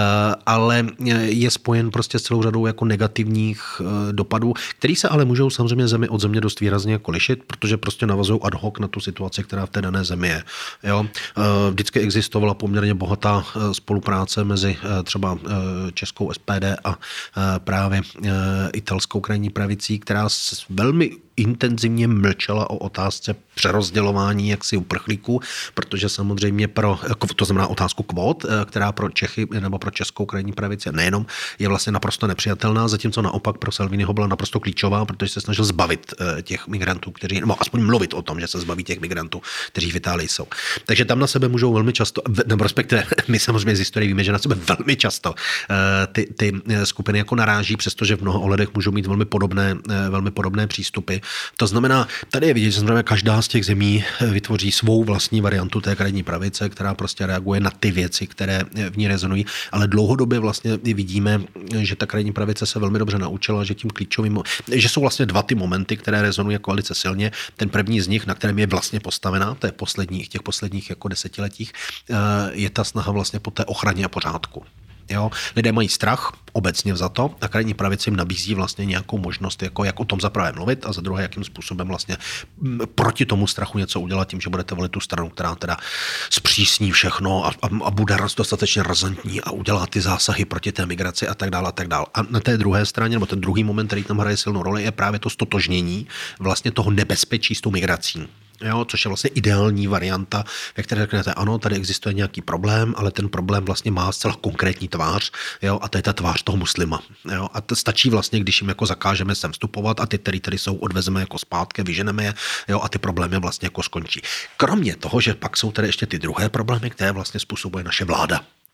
ale je spojen prostě s celou řadou jako negativních dopadů, který se ale můžou samozřejmě zemi od země dost výrazně jako lišit, protože prostě navazují ad hoc na tu situaci, která v té dané zemi je. Jo. Vždycky existovala poměrně bohatá spolupráce mezi třeba českou S P D a právě italskou krajní pravicí, která velmi intenzivně mlčela o otázce přerozdělování jaksi uprchlíků, protože samozřejmě pro, to znamená otázku kvót, která pro Čechy nebo pro českou krajní pravici nejenom je vlastně naprosto nepřijatelná, zatímco naopak pro Salviniho byla naprosto klíčová, protože se snažil zbavit těch migrantů, kteří, nebo aspoň mluvit o tom, že se zbaví těch migrantů, kteří v Itálii jsou. Takže tam na sebe můžou velmi často, nebo respektive my samozřejmě z historie víme, že na sebe velmi často ty, ty skupiny jako naráží, přestože v mnoha ohledech můžou mít velmi podobné, velmi podobné přístupy. To znamená, tady je vidět, že znamená, každá z těch zemí vytvoří svou vlastní variantu té krajní pravice, která prostě reaguje na ty věci, které v ní rezonují, ale dlouhodobě vlastně vidíme, že ta krajní pravice se velmi dobře naučila, že tím klíčovým, že jsou vlastně dva ty momenty, které rezonují jako velice silně. Ten první z nich, na kterém je vlastně postavená, to je posledních, těch posledních jako desetiletích, je ta snaha vlastně po té ochraně a pořádku. Jo? Lidé mají strach, obecně vzato, a krajní pravice jim nabízí vlastně nějakou možnost, jako jak o tom za prvé mluvit a za druhé, jakým způsobem vlastně proti tomu strachu něco udělat tím, že budete volit tu stranu, která teda zpřísní všechno a, a, a bude dostatečně razantní a udělá ty zásahy proti té migraci a tak dále a tak dále. A na té druhé straně, nebo ten druhý moment, který tam hraje silnou roli, je právě to stotožnění vlastně toho nebezpečí s tou migrací. Jo, což je vlastně ideální varianta, ve které řeknete, ano, tady existuje nějaký problém, ale ten problém vlastně má zcela konkrétní tvář, jo, a to je ta tvář toho muslima. Jo, a to stačí vlastně, když jim jako zakážeme sem vstupovat a ty, který tady jsou, odvezeme jako zpátky, vyženeme je, jo, a ty problémy vlastně jako skončí. Kromě toho, že pak jsou tady ještě ty druhé problémy, které vlastně způsobuje naše vláda.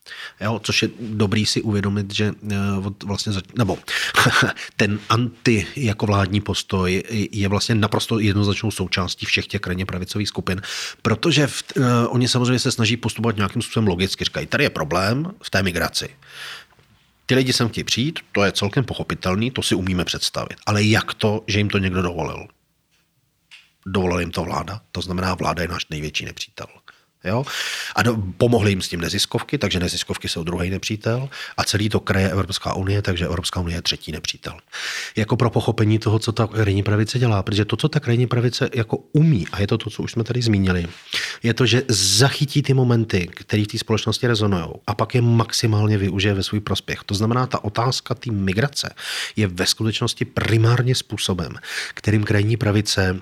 Jo, což je dobrý si uvědomit, že vlastně, nebo ten anti jako vládní postoj je vlastně naprosto jednoznačnou součástí všech těch krajně pravicových skupin, protože v, uh, oni samozřejmě se snaží postupovat nějakým způsobem logicky. Říkají, tady je problém v té migraci. Ty lidi sem chtějí přijít, to je celkem pochopitelný, to si umíme představit. Ale jak to, že jim to někdo dovolil? Dovolila jim to vláda, to znamená, vláda je náš největší nepřítel. Jo? A do, pomohly jim s tím neziskovky, takže neziskovky jsou druhý nepřítel a celý to kraje Evropská unie, takže Evropská unie je třetí nepřítel. Jako pro pochopení toho, co ta krajní pravice dělá, protože to, co ta krajní pravice jako umí, a je to to, co už jsme tady zmínili, je to, že zachytí ty momenty, které v té společnosti rezonují a pak je maximálně využije ve svůj prospěch. To znamená, ta otázka té migrace je ve skutečnosti primárně způsobem, kterým krajní pravice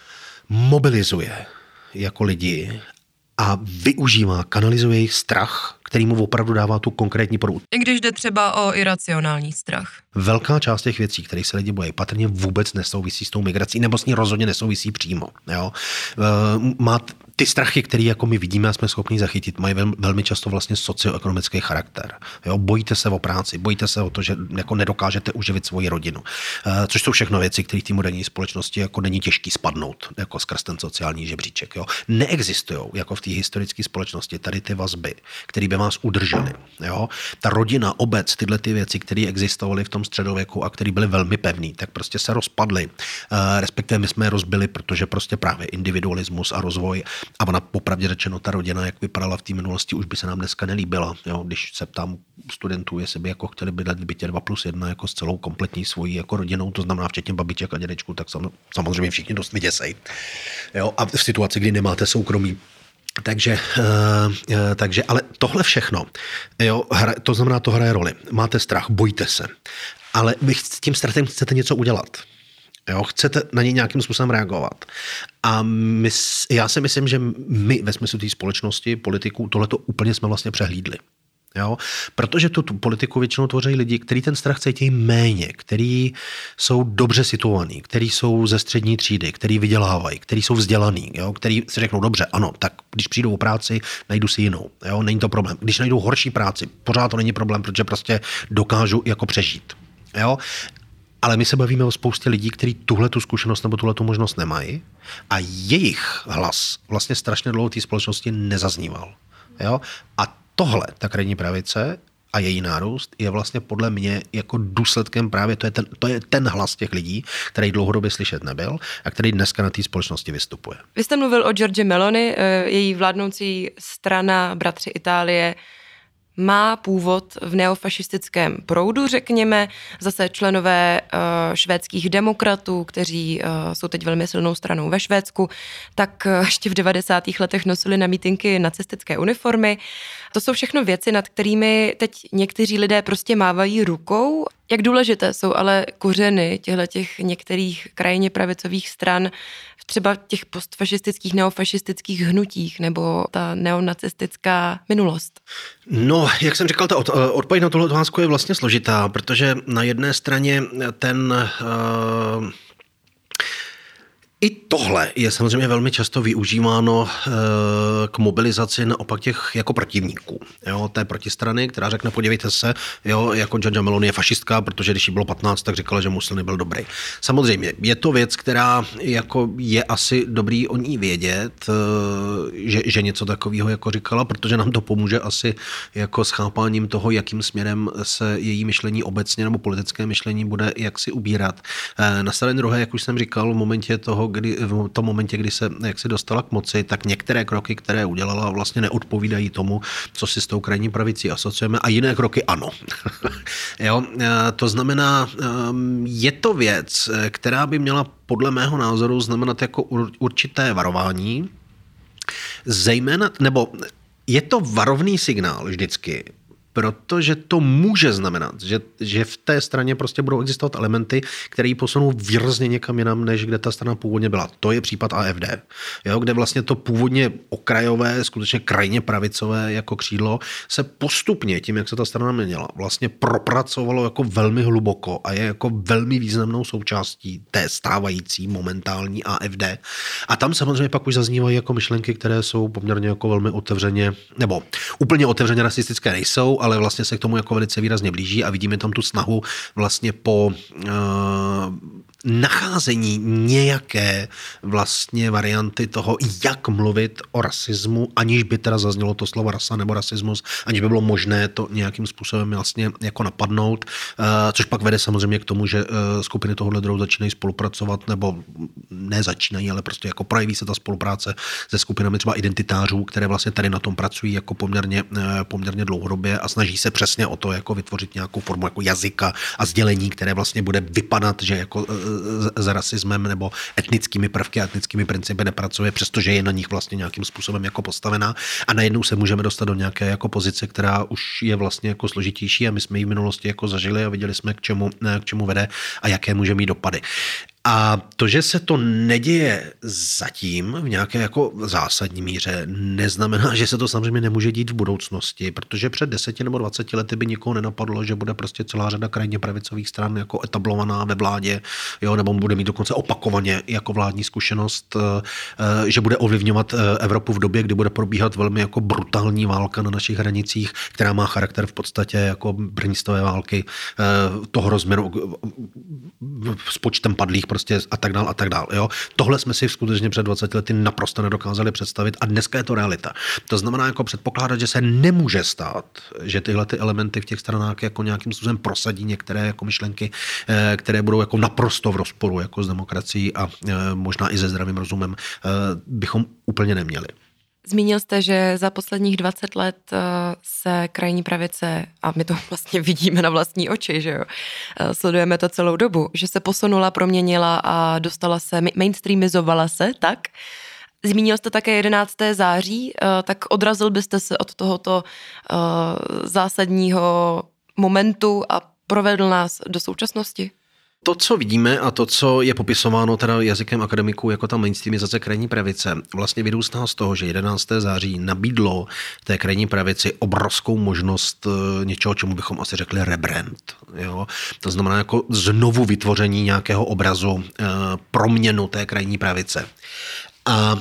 mobilizuje jako lidi a využívá, kanalizuje jejich strach, který mu opravdu dává tu konkrétní porudu. I když jde třeba o iracionální strach. Velká část těch věcí, které se lidi bojí, patrně vůbec nesouvisí s tou migrací, nebo s ní rozhodně nesouvisí přímo. Jo? Má ty strachy, které jako my vidíme a jsme schopni zachytit, mají vel, velmi často vlastně socioekonomický charakter. Jo? Bojíte se o práci, bojíte se o to, že jako nedokážete uživit svoji rodinu. Což jsou všechno věci, které v té moderní společnosti jako není těžký spadnout, jako skrz ten sociální žebříček. Jo? Neexistují jako v té historické společnosti tady ty vazby, které by vás udrželi. Jo? Ta rodina, obec, tyhle ty věci, které existovaly v tom středověku a které byly velmi pevný, tak prostě se rozpadly. E, respektive my jsme je rozbili, protože prostě právě individualismus a rozvoj a ona popravdě řečeno, ta rodina, jak vypadala v té minulosti, už by se nám dneska nelíbila. Jo? Když se ptám studentů, jestli by jako chtěli bydlet v bytě dva plus jedna jako s celou kompletní svojí jako rodinou, to znamená včetně babiček a dědečků, tak sam, samozřejmě všichni dost vyděsej. Jo? A v situaci, kdy nemáte soukromí, Takže, uh, uh, takže, ale tohle všechno, jo, hra, to znamená, to hraje roli. Máte strach, bojíte se, ale vy s tím strachem chcete něco udělat. Jo, chcete na něj nějakým způsobem reagovat. A my, já si myslím, že my ve smyslu té společnosti, politiků, tohleto úplně jsme vlastně přehlídli. Jo? Protože tu, tu politiku většinou tvoří lidi, kteří ten strach cítí méně, kteří jsou dobře situovaní, kteří jsou ze střední třídy, kteří vydělávají, kteří jsou vzdělaní, jo? Kteří si řeknou, dobře, ano, tak když přijdu o práci, najdu si jinou. Jo? Není to problém. Když najdu horší práci, pořád to není problém, protože prostě dokážu jako přežít. Jo? Ale my se bavíme o spoustě lidí, kteří tuhle tu zkušenost nebo tuhle tu možnost nemají a jejich hlas vlastně strašně dlouho té společnosti nezazníval. Jo? A tohle, ta krajní pravice a její nárůst je vlastně podle mě jako důsledkem právě, to je ten, to je ten hlas těch lidí, který dlouhodobě slyšet nebyl a který dneska na té společnosti vystupuje. Vy jste mluvil o Giorgii Meloni, její vládnoucí strana Bratři Itálie má původ v neofašistickém proudu, řekněme, zase členové uh, švédských demokratů, kteří uh, jsou teď velmi silnou stranou ve Švédsku, tak uh, ještě v devadesátých letech nosili na mítinky nacistické uniformy. To jsou všechno věci, nad kterými teď někteří lidé prostě mávají rukou. Jak důležité jsou ale kořeny těchto některých krajně pravicových stran třeba těch postfašistických, neofašistických hnutích nebo ta neonacistická minulost? No, jak jsem říkal, ta odpověď na tuhle otázku je vlastně složitá, protože na jedné straně ten... Uh... I tohle je samozřejmě velmi často využíváno e, k mobilizaci naopak těch jako protivníků. Jo, té protistrany, která řekne, podívejte se, jo, jako Giorgia Meloni je fašistka, protože když jí bylo patnáct, tak říkala, že Mussolini byl dobrý. Samozřejmě, je to věc, která jako je asi dobrý o ní vědět, e, že, že něco takového jako říkala, protože nám to pomůže asi jako s chápáním toho, jakým směrem se její myšlení obecně nebo politické myšlení bude jaksi ubírat. E, na straně druhé, jak už jsem říkal, v momentě toho, kdy, v tom momentě, kdy se jak se dostala k moci, tak některé kroky, které udělala, vlastně neodpovídají tomu, co si s tou krajní pravicí asociujeme, a jiné kroky ano. Jo? To znamená, je to věc, která by měla podle mého názoru znamenat jako určité varování, zejména, nebo je to varovný signál vždycky Protože to může znamenat, že, že v té straně prostě budou existovat elementy, které ji posunou výrazně někam jinam, než kde ta strana původně byla. To je případ A F D, jo, kde vlastně to původně okrajové, skutečně krajně pravicové jako křídlo se postupně tím, jak se ta strana měnila, vlastně propracovalo jako velmi hluboko a je jako velmi významnou součástí té stávající momentální A F D. A tam samozřejmě pak už zaznívají jako myšlenky, které jsou poměrně jako velmi otevřeně, nebo úplně otevřeně rasistické nejsou, ale vlastně se k tomu jako velice výrazně blíží a vidíme tam tu snahu vlastně po uh, nacházení nějaké vlastně varianty toho, jak mluvit o rasismu, aniž by teda zaznělo to slovo rasa nebo rasismus, aniž by bylo možné to nějakým způsobem vlastně jako napadnout, uh, což pak vede samozřejmě k tomu, že uh, skupiny tohohle druhu začínají spolupracovat, nebo ne začínají, ale prostě jako projeví se ta spolupráce se skupinami třeba identitářů, které vlastně tady na tom pracují jako poměrně, uh, poměrně dlouhodobě a snaží se přesně o to jako vytvořit nějakou formu jako jazyka a sdělení, které vlastně bude vypadat, že jako s rasismem nebo etnickými prvky a etnickými principy nepracuje, přestože je na nich vlastně nějakým způsobem jako postavená a najednou se můžeme dostat do nějaké jako pozice, která už je vlastně jako složitější a my jsme ji v minulosti jako zažili a viděli jsme, k čemu, k čemu vede a jaké může mít dopady. A to, že se to neděje zatím v nějaké jako zásadní míře, neznamená, že se to samozřejmě nemůže dít v budoucnosti, protože před deseti nebo dvaceti lety by nikoho nenapadlo, že bude prostě celá řada krajně pravicových stran jako etablovaná ve vládě, jo, nebo bude mít dokonce opakovaně jako vládní zkušenost, že bude ovlivňovat Evropu v době, kdy bude probíhat velmi jako brutální válka na našich hranicích, která má charakter v podstatě jako brnistové války toho rozměru s počtem padlých prostě a tak dál a tak dál. Jo? Tohle jsme si skutečně před dvaceti lety naprosto nedokázali představit a dneska je to realita. To znamená jako předpokládat, že se nemůže stát, že tyhle ty elementy v těch stranách jako nějakým způsobem prosadí některé jako myšlenky, které budou jako naprosto v rozporu jako s demokracií a možná i se zdravým rozumem, bychom úplně neměli. Zmínil jste, že za posledních dvacet let se krajní pravice, a my to vlastně vidíme na vlastní oči, že jo, sledujeme to celou dobu, že se posunula, proměnila a dostala se, mainstreamizovala se, tak? Zmínil jste také jedenáctého září, tak odrazil byste se od tohoto zásadního momentu a provedl nás do současnosti? To, co vidíme a to, co je popisováno teda jazykem akademiků jako ta mainstreamizace krajní pravice, vlastně vyrůstá z toho, že jedenáctého září nabídlo té krajní pravici obrovskou možnost něčeho, čemu bychom asi řekli rebrand. Jo? To znamená jako znovu vytvoření nějakého obrazu, proměnu té krajní pravice. A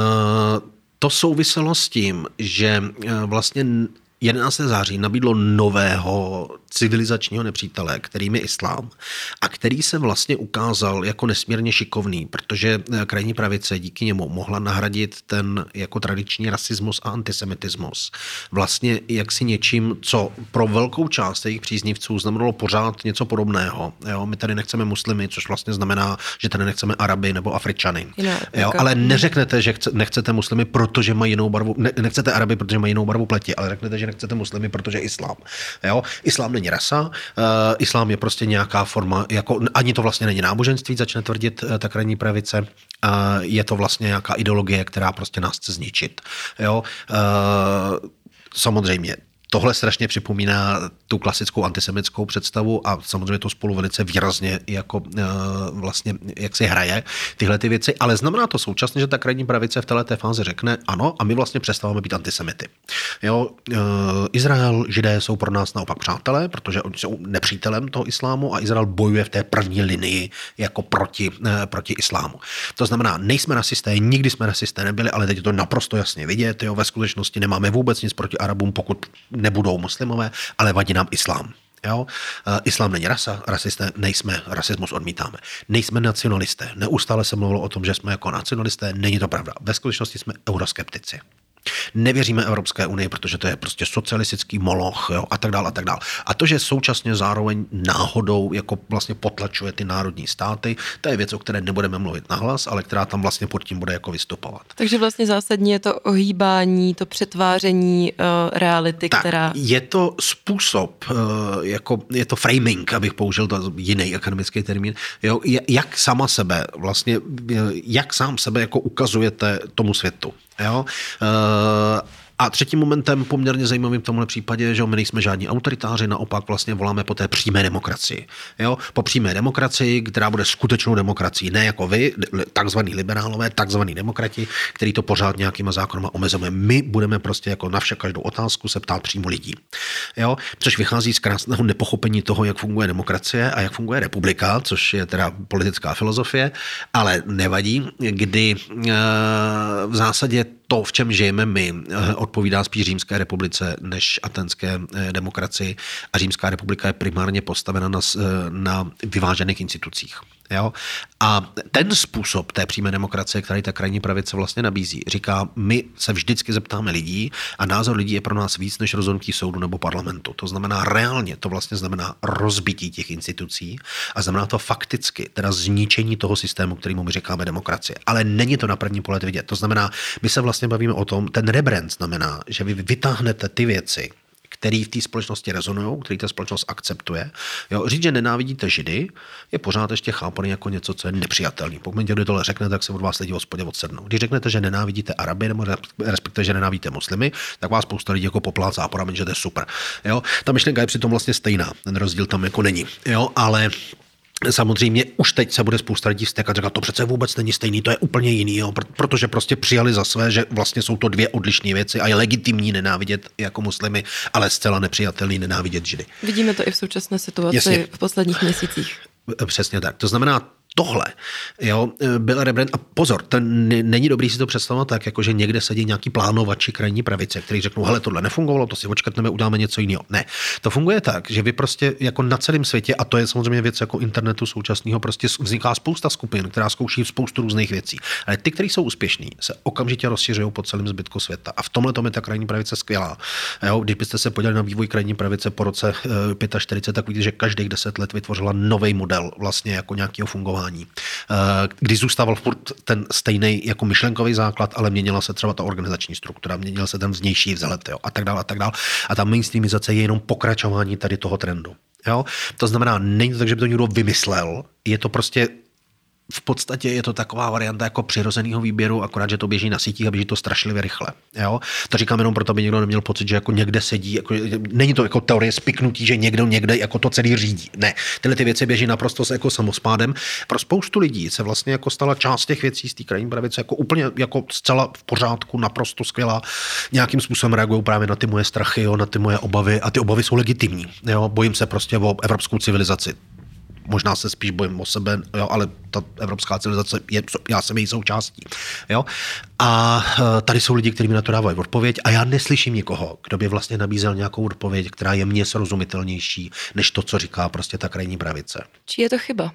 to souviselo s tím, že vlastně jedenáctého září nabídlo nového civilizačního nepřítele, kterým je islám a který se vlastně ukázal jako nesmírně šikovný, protože krajní pravice díky němu mohla nahradit ten jako tradiční rasismus a antisemitismus. Vlastně jaksi něčím, co pro velkou část jejich příznivců znamenalo pořád něco podobného. Jo? My tady nechceme muslimy, což vlastně znamená, že tady nechceme Araby nebo Afričany. Ne, jo? Ale neřeknete, že chce, nechcete muslimy, protože mají jinou barvu, ne, nechcete Araby, protože mají jinou barvu pleti, ale řeknete, že nechcete muslimy, protože islám. Jo? Islám není rasa, uh, islám je prostě nějaká forma, jako, ani to vlastně není náboženství, začne tvrdit uh, ta krajní pravice, uh, je to vlastně nějaká ideologie, která prostě nás chce zničit. Jo? Uh, samozřejmě. Tohle strašně připomíná tu klasickou antisemitskou představu a samozřejmě to spolu velice výrazně jako uh, vlastně jak si hraje tyhle ty věci, ale znamená to současně, že ta krajní pravice v této fázi řekne ano a my vlastně přestáváme být antisemity. Jo, uh, Izrael, Židé jsou pro nás naopak přátelé, protože oni jsou nepřítelem toho islámu a Izrael bojuje v té první linii jako proti, uh, proti islámu. To znamená, nejsme rasisté, nikdy jsme rasisté nebyli, ale teď je to naprosto jasně vidět, jo, ve skutečnosti nemáme vůbec nic proti Arabům, pokud nebudou muslimové, ale vadí nám islám. Jo? Uh, islám není rasa, rasisté nejsme, rasismus odmítáme. Nejsme nacionalisté. Neustále se mluvilo o tom, že jsme jako nacionalisté, není to pravda. Ve skutečnosti jsme euroskeptici. Nevěříme Evropské unii, protože to je prostě socialistický moloch, jo, a tak dál a tak dál. A to, že současně zároveň náhodou jako vlastně potlačuje ty národní státy, to je věc, o které nebudeme mluvit nahlas, ale která tam vlastně pod tím bude jako vystupovat. Takže vlastně zásadně je to ohýbání, to přetváření uh, reality, tak, která... je to způsob, uh, jako je to framing, abych použil to jiný akademický termín, jo, jak sama sebe vlastně, jak sám sebe jako ukazujete tomu světu. Jo? A třetím momentem poměrně zajímavým v tomhle případě, že my nejsme žádní autoritáři, naopak vlastně voláme po té přímé demokracii. Jo? Po přímé demokracii, která bude skutečnou demokracií, ne jako vy, takzvaný liberálové, takzvaný demokrati, který to pořád nějakýma zákonama omezujeme. My budeme prostě jako na vše každou otázku se ptát přímo lidí. Jo? Což vychází z krásného nepochopení toho, jak funguje demokracie a jak funguje republika, což je teda politická filozofie, ale nevadí, kdy e, v zásadě to, v čem žijeme my, odpovídá spíš Římské republice než aténské demokracii a Římská republika je primárně postavena na, na vyvážených institucích. Jo? A ten způsob té přímé demokracie, který ta krajní pravice vlastně nabízí, říká, my se vždycky zeptáme lidí a názor lidí je pro nás víc než rozhodnutí soudu nebo parlamentu. To znamená reálně, to vlastně znamená rozbití těch institucí a znamená to fakticky, teda zničení toho systému, kterýmu my říkáme demokracie. Ale není to na první pohled vidět. To znamená, my se vlastně bavíme o tom, ten rebrand znamená, že vy vytáhnete ty věci, který v té společnosti rezonují, který ta společnost akceptuje. Jo, říct, že nenávidíte Židy, je pořád ještě chápaný jako něco, co je nepřijatelné. Pokud někdo tohle řekne, tak se od vás lidi v hospodě odsednou. Když řeknete, že nenávidíte Araby, nebo respektive, že nenávidíte muslimy, tak vás spousta lidí jako poplácá a poramen, že to je super. Jo, ta myšlenka je přitom vlastně stejná. Ten rozdíl tam jako není. Jo, ale samozřejmě už teď se bude spousta lidí vztekat, říkat, to přece vůbec není stejný, to je úplně jiný, jo, protože prostě přijali za své, že vlastně jsou to dvě odlišné věci a je legitimní nenávidět jako muslimy, ale zcela nepřijatelný nenávidět Židy. Vidíme to i v současné situaci. Jasně. V posledních měsících. Přesně tak. To znamená, tohle, jo, byl rebrand a pozor, to není dobrý si to představovat tak, jako že někde sedí nějaký plánovači krajní pravice, kteří řeknou, hele, tohle nefungovalo, to si očkrtneme, uděláme něco jiného. Ne, to funguje tak, že vy prostě jako na celém světě, a to je samozřejmě věc jako internetu současného, prostě vzniká spousta skupin, která zkouší spoustu různých věcí. Ale ty, kteří jsou úspěšní, se okamžitě rozšiřují po celém zbytku světa. A v tomhle tom je ta krajní pravice skvělá. Jo, když byste se podívali na vývoj krajní pravice po roce čtyřicet pět, tak vidíte, že každých deset let vytvořila nový model vlastně jako nějakého fungování. Kdy zůstával furt ten stejný jako myšlenkový základ, ale měnila se třeba ta organizační struktura, měnil se ten vnější vzhled, jo, a tak dále a tak dále. A ta mainstreamizace je jenom pokračování tady toho trendu. Jo? To znamená, není to tak, že by to někdo vymyslel, je to prostě v podstatě je to taková varianta jako přirozeného výběru, akorát, že to běží na sítích a běží to strašlivě rychle. Jo? To říkám jenom proto, aby někdo neměl pocit, že jako někde sedí. Jako, není to jako teorie spiknutí, že někdo někde jako to celý řídí. Ne. Tyhle ty věci běží naprosto s jako samospádem. Pro spoustu lidí se vlastně jako stala část těch věcí z té krajní pravice jako úplně jako zcela v pořádku, naprosto skvělá. Nějakým způsobem reagují právě na ty moje strachy, jo, na ty moje obavy a ty obavy jsou legitimní. Jo? Bojím se prostě o evropskou civilizaci. Možná se spíš bojím o sebe, jo, ale ta evropská civilizace, je, já jsem její součástí. Jo? A tady jsou lidi, kteří mi na to dávají odpověď a já neslyším nikoho, kdo by vlastně nabízel nějakou odpověď, která je mně srozumitelnější, než to, co říká prostě ta krajní pravice. Či je to chyba?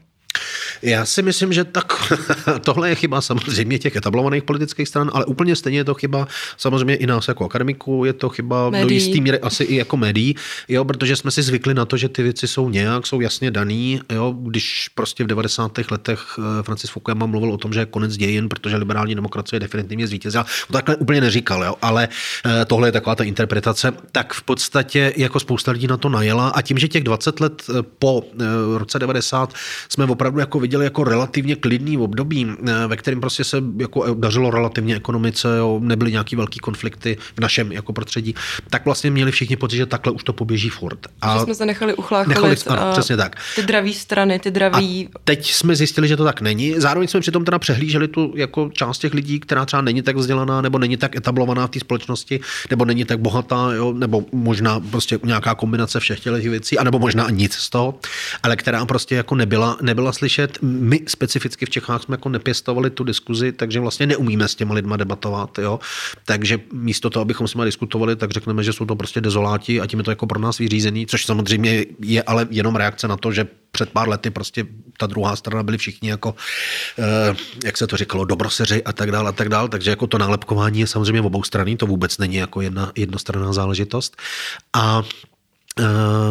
Já si myslím, že tak tohle je chyba samozřejmě těch etablovaných politických stran, ale úplně stejně je to chyba samozřejmě i nás jako akademiků, je to chyba médií. Do jistý míry asi i jako médií, jo, protože jsme si zvykli na to, že ty věci jsou nějak, jsou jasně daný, jo, když prostě v devadesátých letech Francis Fukuyama mluvil o tom, že je konec dějin, protože liberální demokracie definitivně zvítězila. To takhle úplně neříkal, jo, ale tohle je taková ta interpretace, tak v podstatě jako spousta lidí na to najela a tím, že těch dvacet let po roce devadesát jsme opravdu jako viděli jako relativně klidný období, ve kterém prostě se jako dařilo relativně ekonomice, jo, nebyly nějaký velký konflikty v našem jako prostředí, tak vlastně měli všichni pocit, že takhle už to poběží furt. A že jsme se nechali uchlácholit přesně tak. Ty draví strany, ty draví... A teď jsme zjistili, že to tak není. Zároveň jsme přitom teda přehlíželi tu jako část těch lidí, která třeba není tak vzdělaná, nebo není tak etablovaná v té společnosti, nebo není tak bohatá, jo, nebo možná prostě nějaká kombinace všech těch věcí, anebo možná nic z toho, ale která prostě jako nebyla, nebyla slyšet. My specificky v Čechách jsme jako nepěstovali tu diskuzi, takže vlastně neumíme s těma lidma debatovat, jo. Takže místo toho, abychom s nimi diskutovali, tak řekneme, že jsou to prostě dezoláti a tím je to jako pro nás vyřízený, což samozřejmě je ale jenom reakce na to, že před pár lety prostě ta druhá strana byli všichni jako, eh, jak se to říkalo, dobroseři a tak dále a tak dále, takže jako to nálepkování je samozřejmě obou strany, to vůbec není jako jedna jednostranná záležitost. A eh,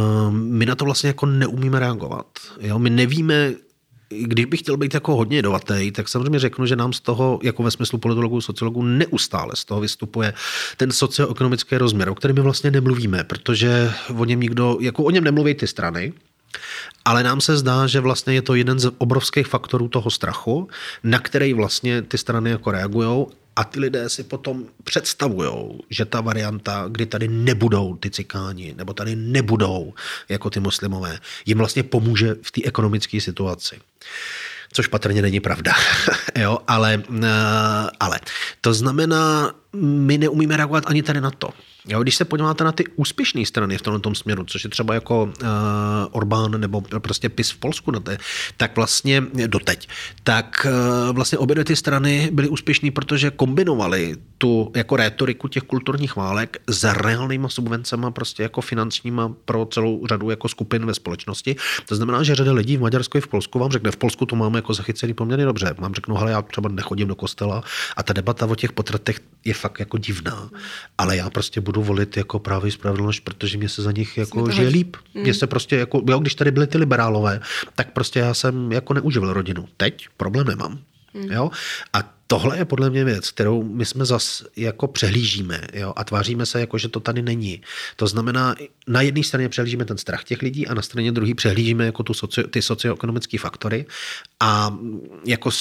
my na to vlastně jako neumíme reagovat. Jo? My nevíme, když bych chtěl být jako hodně jedovatý, tak samozřejmě řeknu, že nám z toho, jako ve smyslu politologů, sociologů, neustále z toho vystupuje ten socioekonomický rozměr, o kterém my vlastně nemluvíme, protože o něm nikdo, jako o něm nemluví ty strany, Ale nám se zdá, že vlastně je to jeden z obrovských faktorů toho strachu, na který vlastně ty strany jako reagujou a ty lidé si potom představujou, že ta varianta, kdy tady nebudou ty cikáni, nebo tady nebudou jako ty muslimové, jim vlastně pomůže v té ekonomické situaci. Což patrně není pravda, jo, ale, ale to znamená, my neumíme reagovat ani tady na to. Jo, když se podíváte na ty úspěšné strany v tomto směru, což je třeba jako uh, Orbán nebo prostě PiS v Polsku na té, tak vlastně doteď, tak uh, vlastně obě dvě ty strany byly úspěšné, protože kombinovaly tu jako rétoriku těch kulturních válek s reálnýma subvencema prostě jako finančníma pro celou řadu jako skupin ve společnosti. To znamená, že řada lidí v Maďarsku i v Polsku vám řekne, v Polsku to máme jako zachycený poměrně dobře. Vám řeknu, hele, já třeba nechodím do kostela a ta debata o těch potratech je fakt jako divná, ale já prostě budu volit jako Právo spravedlnost, protože mě se za nich jako žije líp. Mm. Mě se prostě jako, jo, když tady byli ty liberálové, tak prostě já jsem jako neuživil rodinu. Teď problém nemám. Mm. Jo? A tohle je podle mě věc, kterou my jsme zas jako přehlížíme, jo? A tváříme se jako, že to tady není. To znamená, na jedné straně přehlížíme ten strach těch lidí a na straně druhé přehlížíme jako tu socio, ty socioekonomické faktory a jako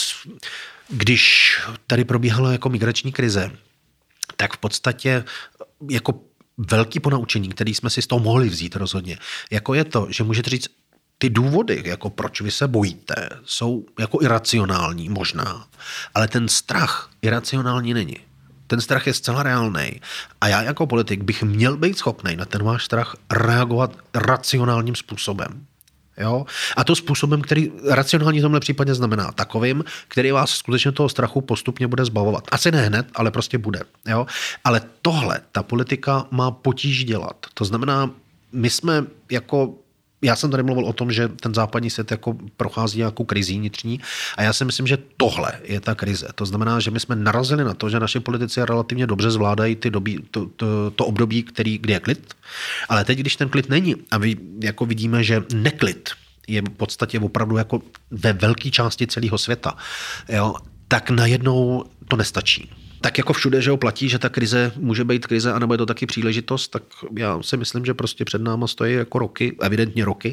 když tady probíhala jako migrační krize, tak v podstatě jako velký ponaučení, který jsme si z toho mohli vzít rozhodně, jako je to, že můžete říct, ty důvody, jako proč vy se bojíte, jsou jako iracionální možná, ale ten strach iracionální není. Ten strach je zcela reálný. A já jako politik bych měl být schopný na ten váš strach reagovat racionálním způsobem. Jo? A to způsobem, který racionální v tomhle případě znamená takovým, který vás skutečně toho strachu postupně bude zbavovat. Asi ne hned, ale prostě bude. Jo? Ale tohle ta politika má potíž dělat. To znamená, my jsme jako já jsem tady mluvil o tom, že ten západní svět jako prochází nějakou krizí vnitřní a já si myslím, že tohle je ta krize. To znamená, že my jsme narazili na to, že naši politici relativně dobře zvládají ty doby, to, to, to období, který, kdy je klid, ale teď, když ten klid není a vy jako vidíme, že neklid je v podstatě opravdu jako ve velké části celého světa, jo, tak najednou to nestačí. Tak jako všude, že ho platí, že ta krize může být krize, anebo je to taky příležitost, tak já si myslím, že prostě před náma stojí jako roky, evidentně roky,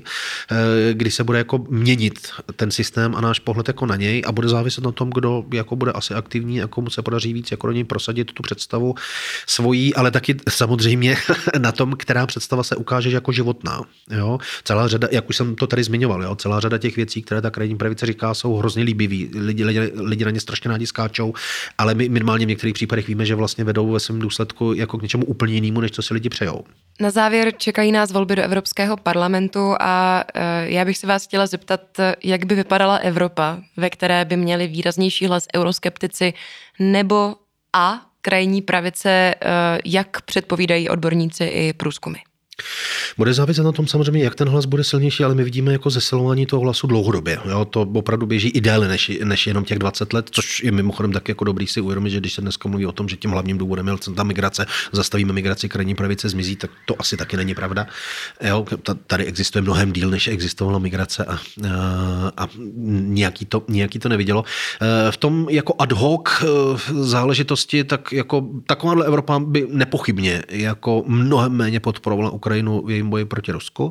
kdy se bude jako měnit ten systém a náš pohled jako na něj a bude záviset na tom, kdo jako bude asi aktivní a komu se podaří víc jako do něj prosadit tu představu svojí, ale taky samozřejmě na tom, která představa se ukáže jako životná. Jo? Celá řada, jak už jsem to tady zmiňoval, jo? Celá řada těch věcí, které ta krajní pravice říká, jsou hrozně líbivý. Lidi, lidi, lidi na ně strašně rádi skáčou, ale my minimálně v některých případech víme, že vlastně vedou ve svém důsledku jako k něčemu úplně jinému, než co si lidi přejou. Na závěr čekají nás volby do Evropského parlamentu a já bych se vás chtěla zeptat, jak by vypadala Evropa, ve které by měli výraznější hlas euroskeptici nebo a krajní pravice, jak předpovídají odborníci i průzkumy. Bude záviset na tom samozřejmě, jak ten hlas bude silnější, ale my vidíme jako zesilování toho hlasu dlouhodobě. Jo? To opravdu běží i déle než, než jenom těch dvacet let, což je mimochodem tak jako dobrý si uvědomit, že když se dneska mluví o tom, že tím hlavním důvodem je ta migrace, zastavíme migraci, krajní pravice zmizí, tak to asi taky není pravda. Jo? Tady existuje mnohem díl, než existovala migrace a, a, a nějaký, to, nějaký to nevidělo. V tom jako ad hoc záležitosti, tak jako takováhle Evropa by nepochybně jako mnohem méně podporovala Ukrajinu v jejím boji proti Rusku.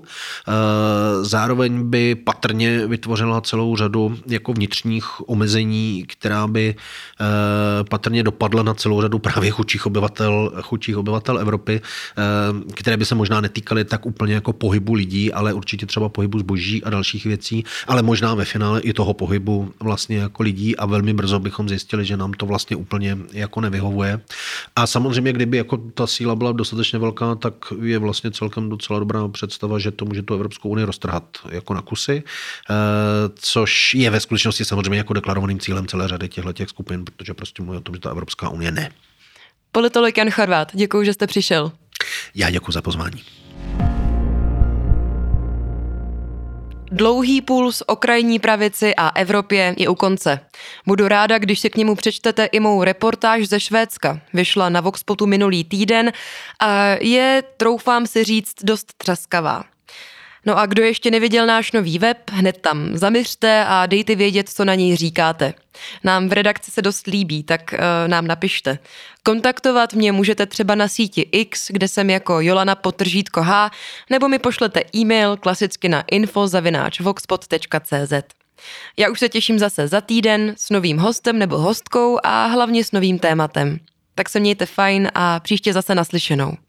Zároveň by patrně vytvořila celou řadu jako vnitřních omezení, která by patrně dopadla na celou řadu právě chudších obyvatel, chudších obyvatel Evropy, které by se možná netýkaly tak úplně jako pohybu lidí, ale určitě třeba pohybu zboží a dalších věcí, ale možná ve finále i toho pohybu vlastně jako lidí a velmi brzo bychom zjistili, že nám to vlastně úplně jako nevyhovuje. A samozřejmě, kdyby jako ta síla byla dostatečně velká, tak je vlastně celkem docela dobrá představa, že to může tu Evropskou unii roztrhat jako na kusy, což je ve skutečnosti samozřejmě jako deklarovaným cílem celé řady těchto skupin, protože prostě mluví o tom, že ta Evropská unie ne. Politolog Jan Chorvát, děkuji, že jste přišel. Já děkuji za pozvání. Dlouhý puls o krajní pravici a Evropě je u konce. Budu ráda, když si k němu přečtete i mou reportáž ze Švédska. Vyšla na Voxpotu minulý týden a je, troufám si říct, dost třaskavá. No a kdo ještě neviděl náš nový web, hned tam zaměřte a dejte vědět, co na něj říkáte. Nám v redakci se dost líbí, tak uh, nám napište. Kontaktovat mě můžete třeba na síti X, kde jsem jako Jolana Potržítko H, nebo mi pošlete e-mail klasicky na info zavináč voxpot tečka cé zet. Já už se těším zase za týden s novým hostem nebo hostkou a hlavně s novým tématem. Tak se mějte fajn a příště zase naslyšenou.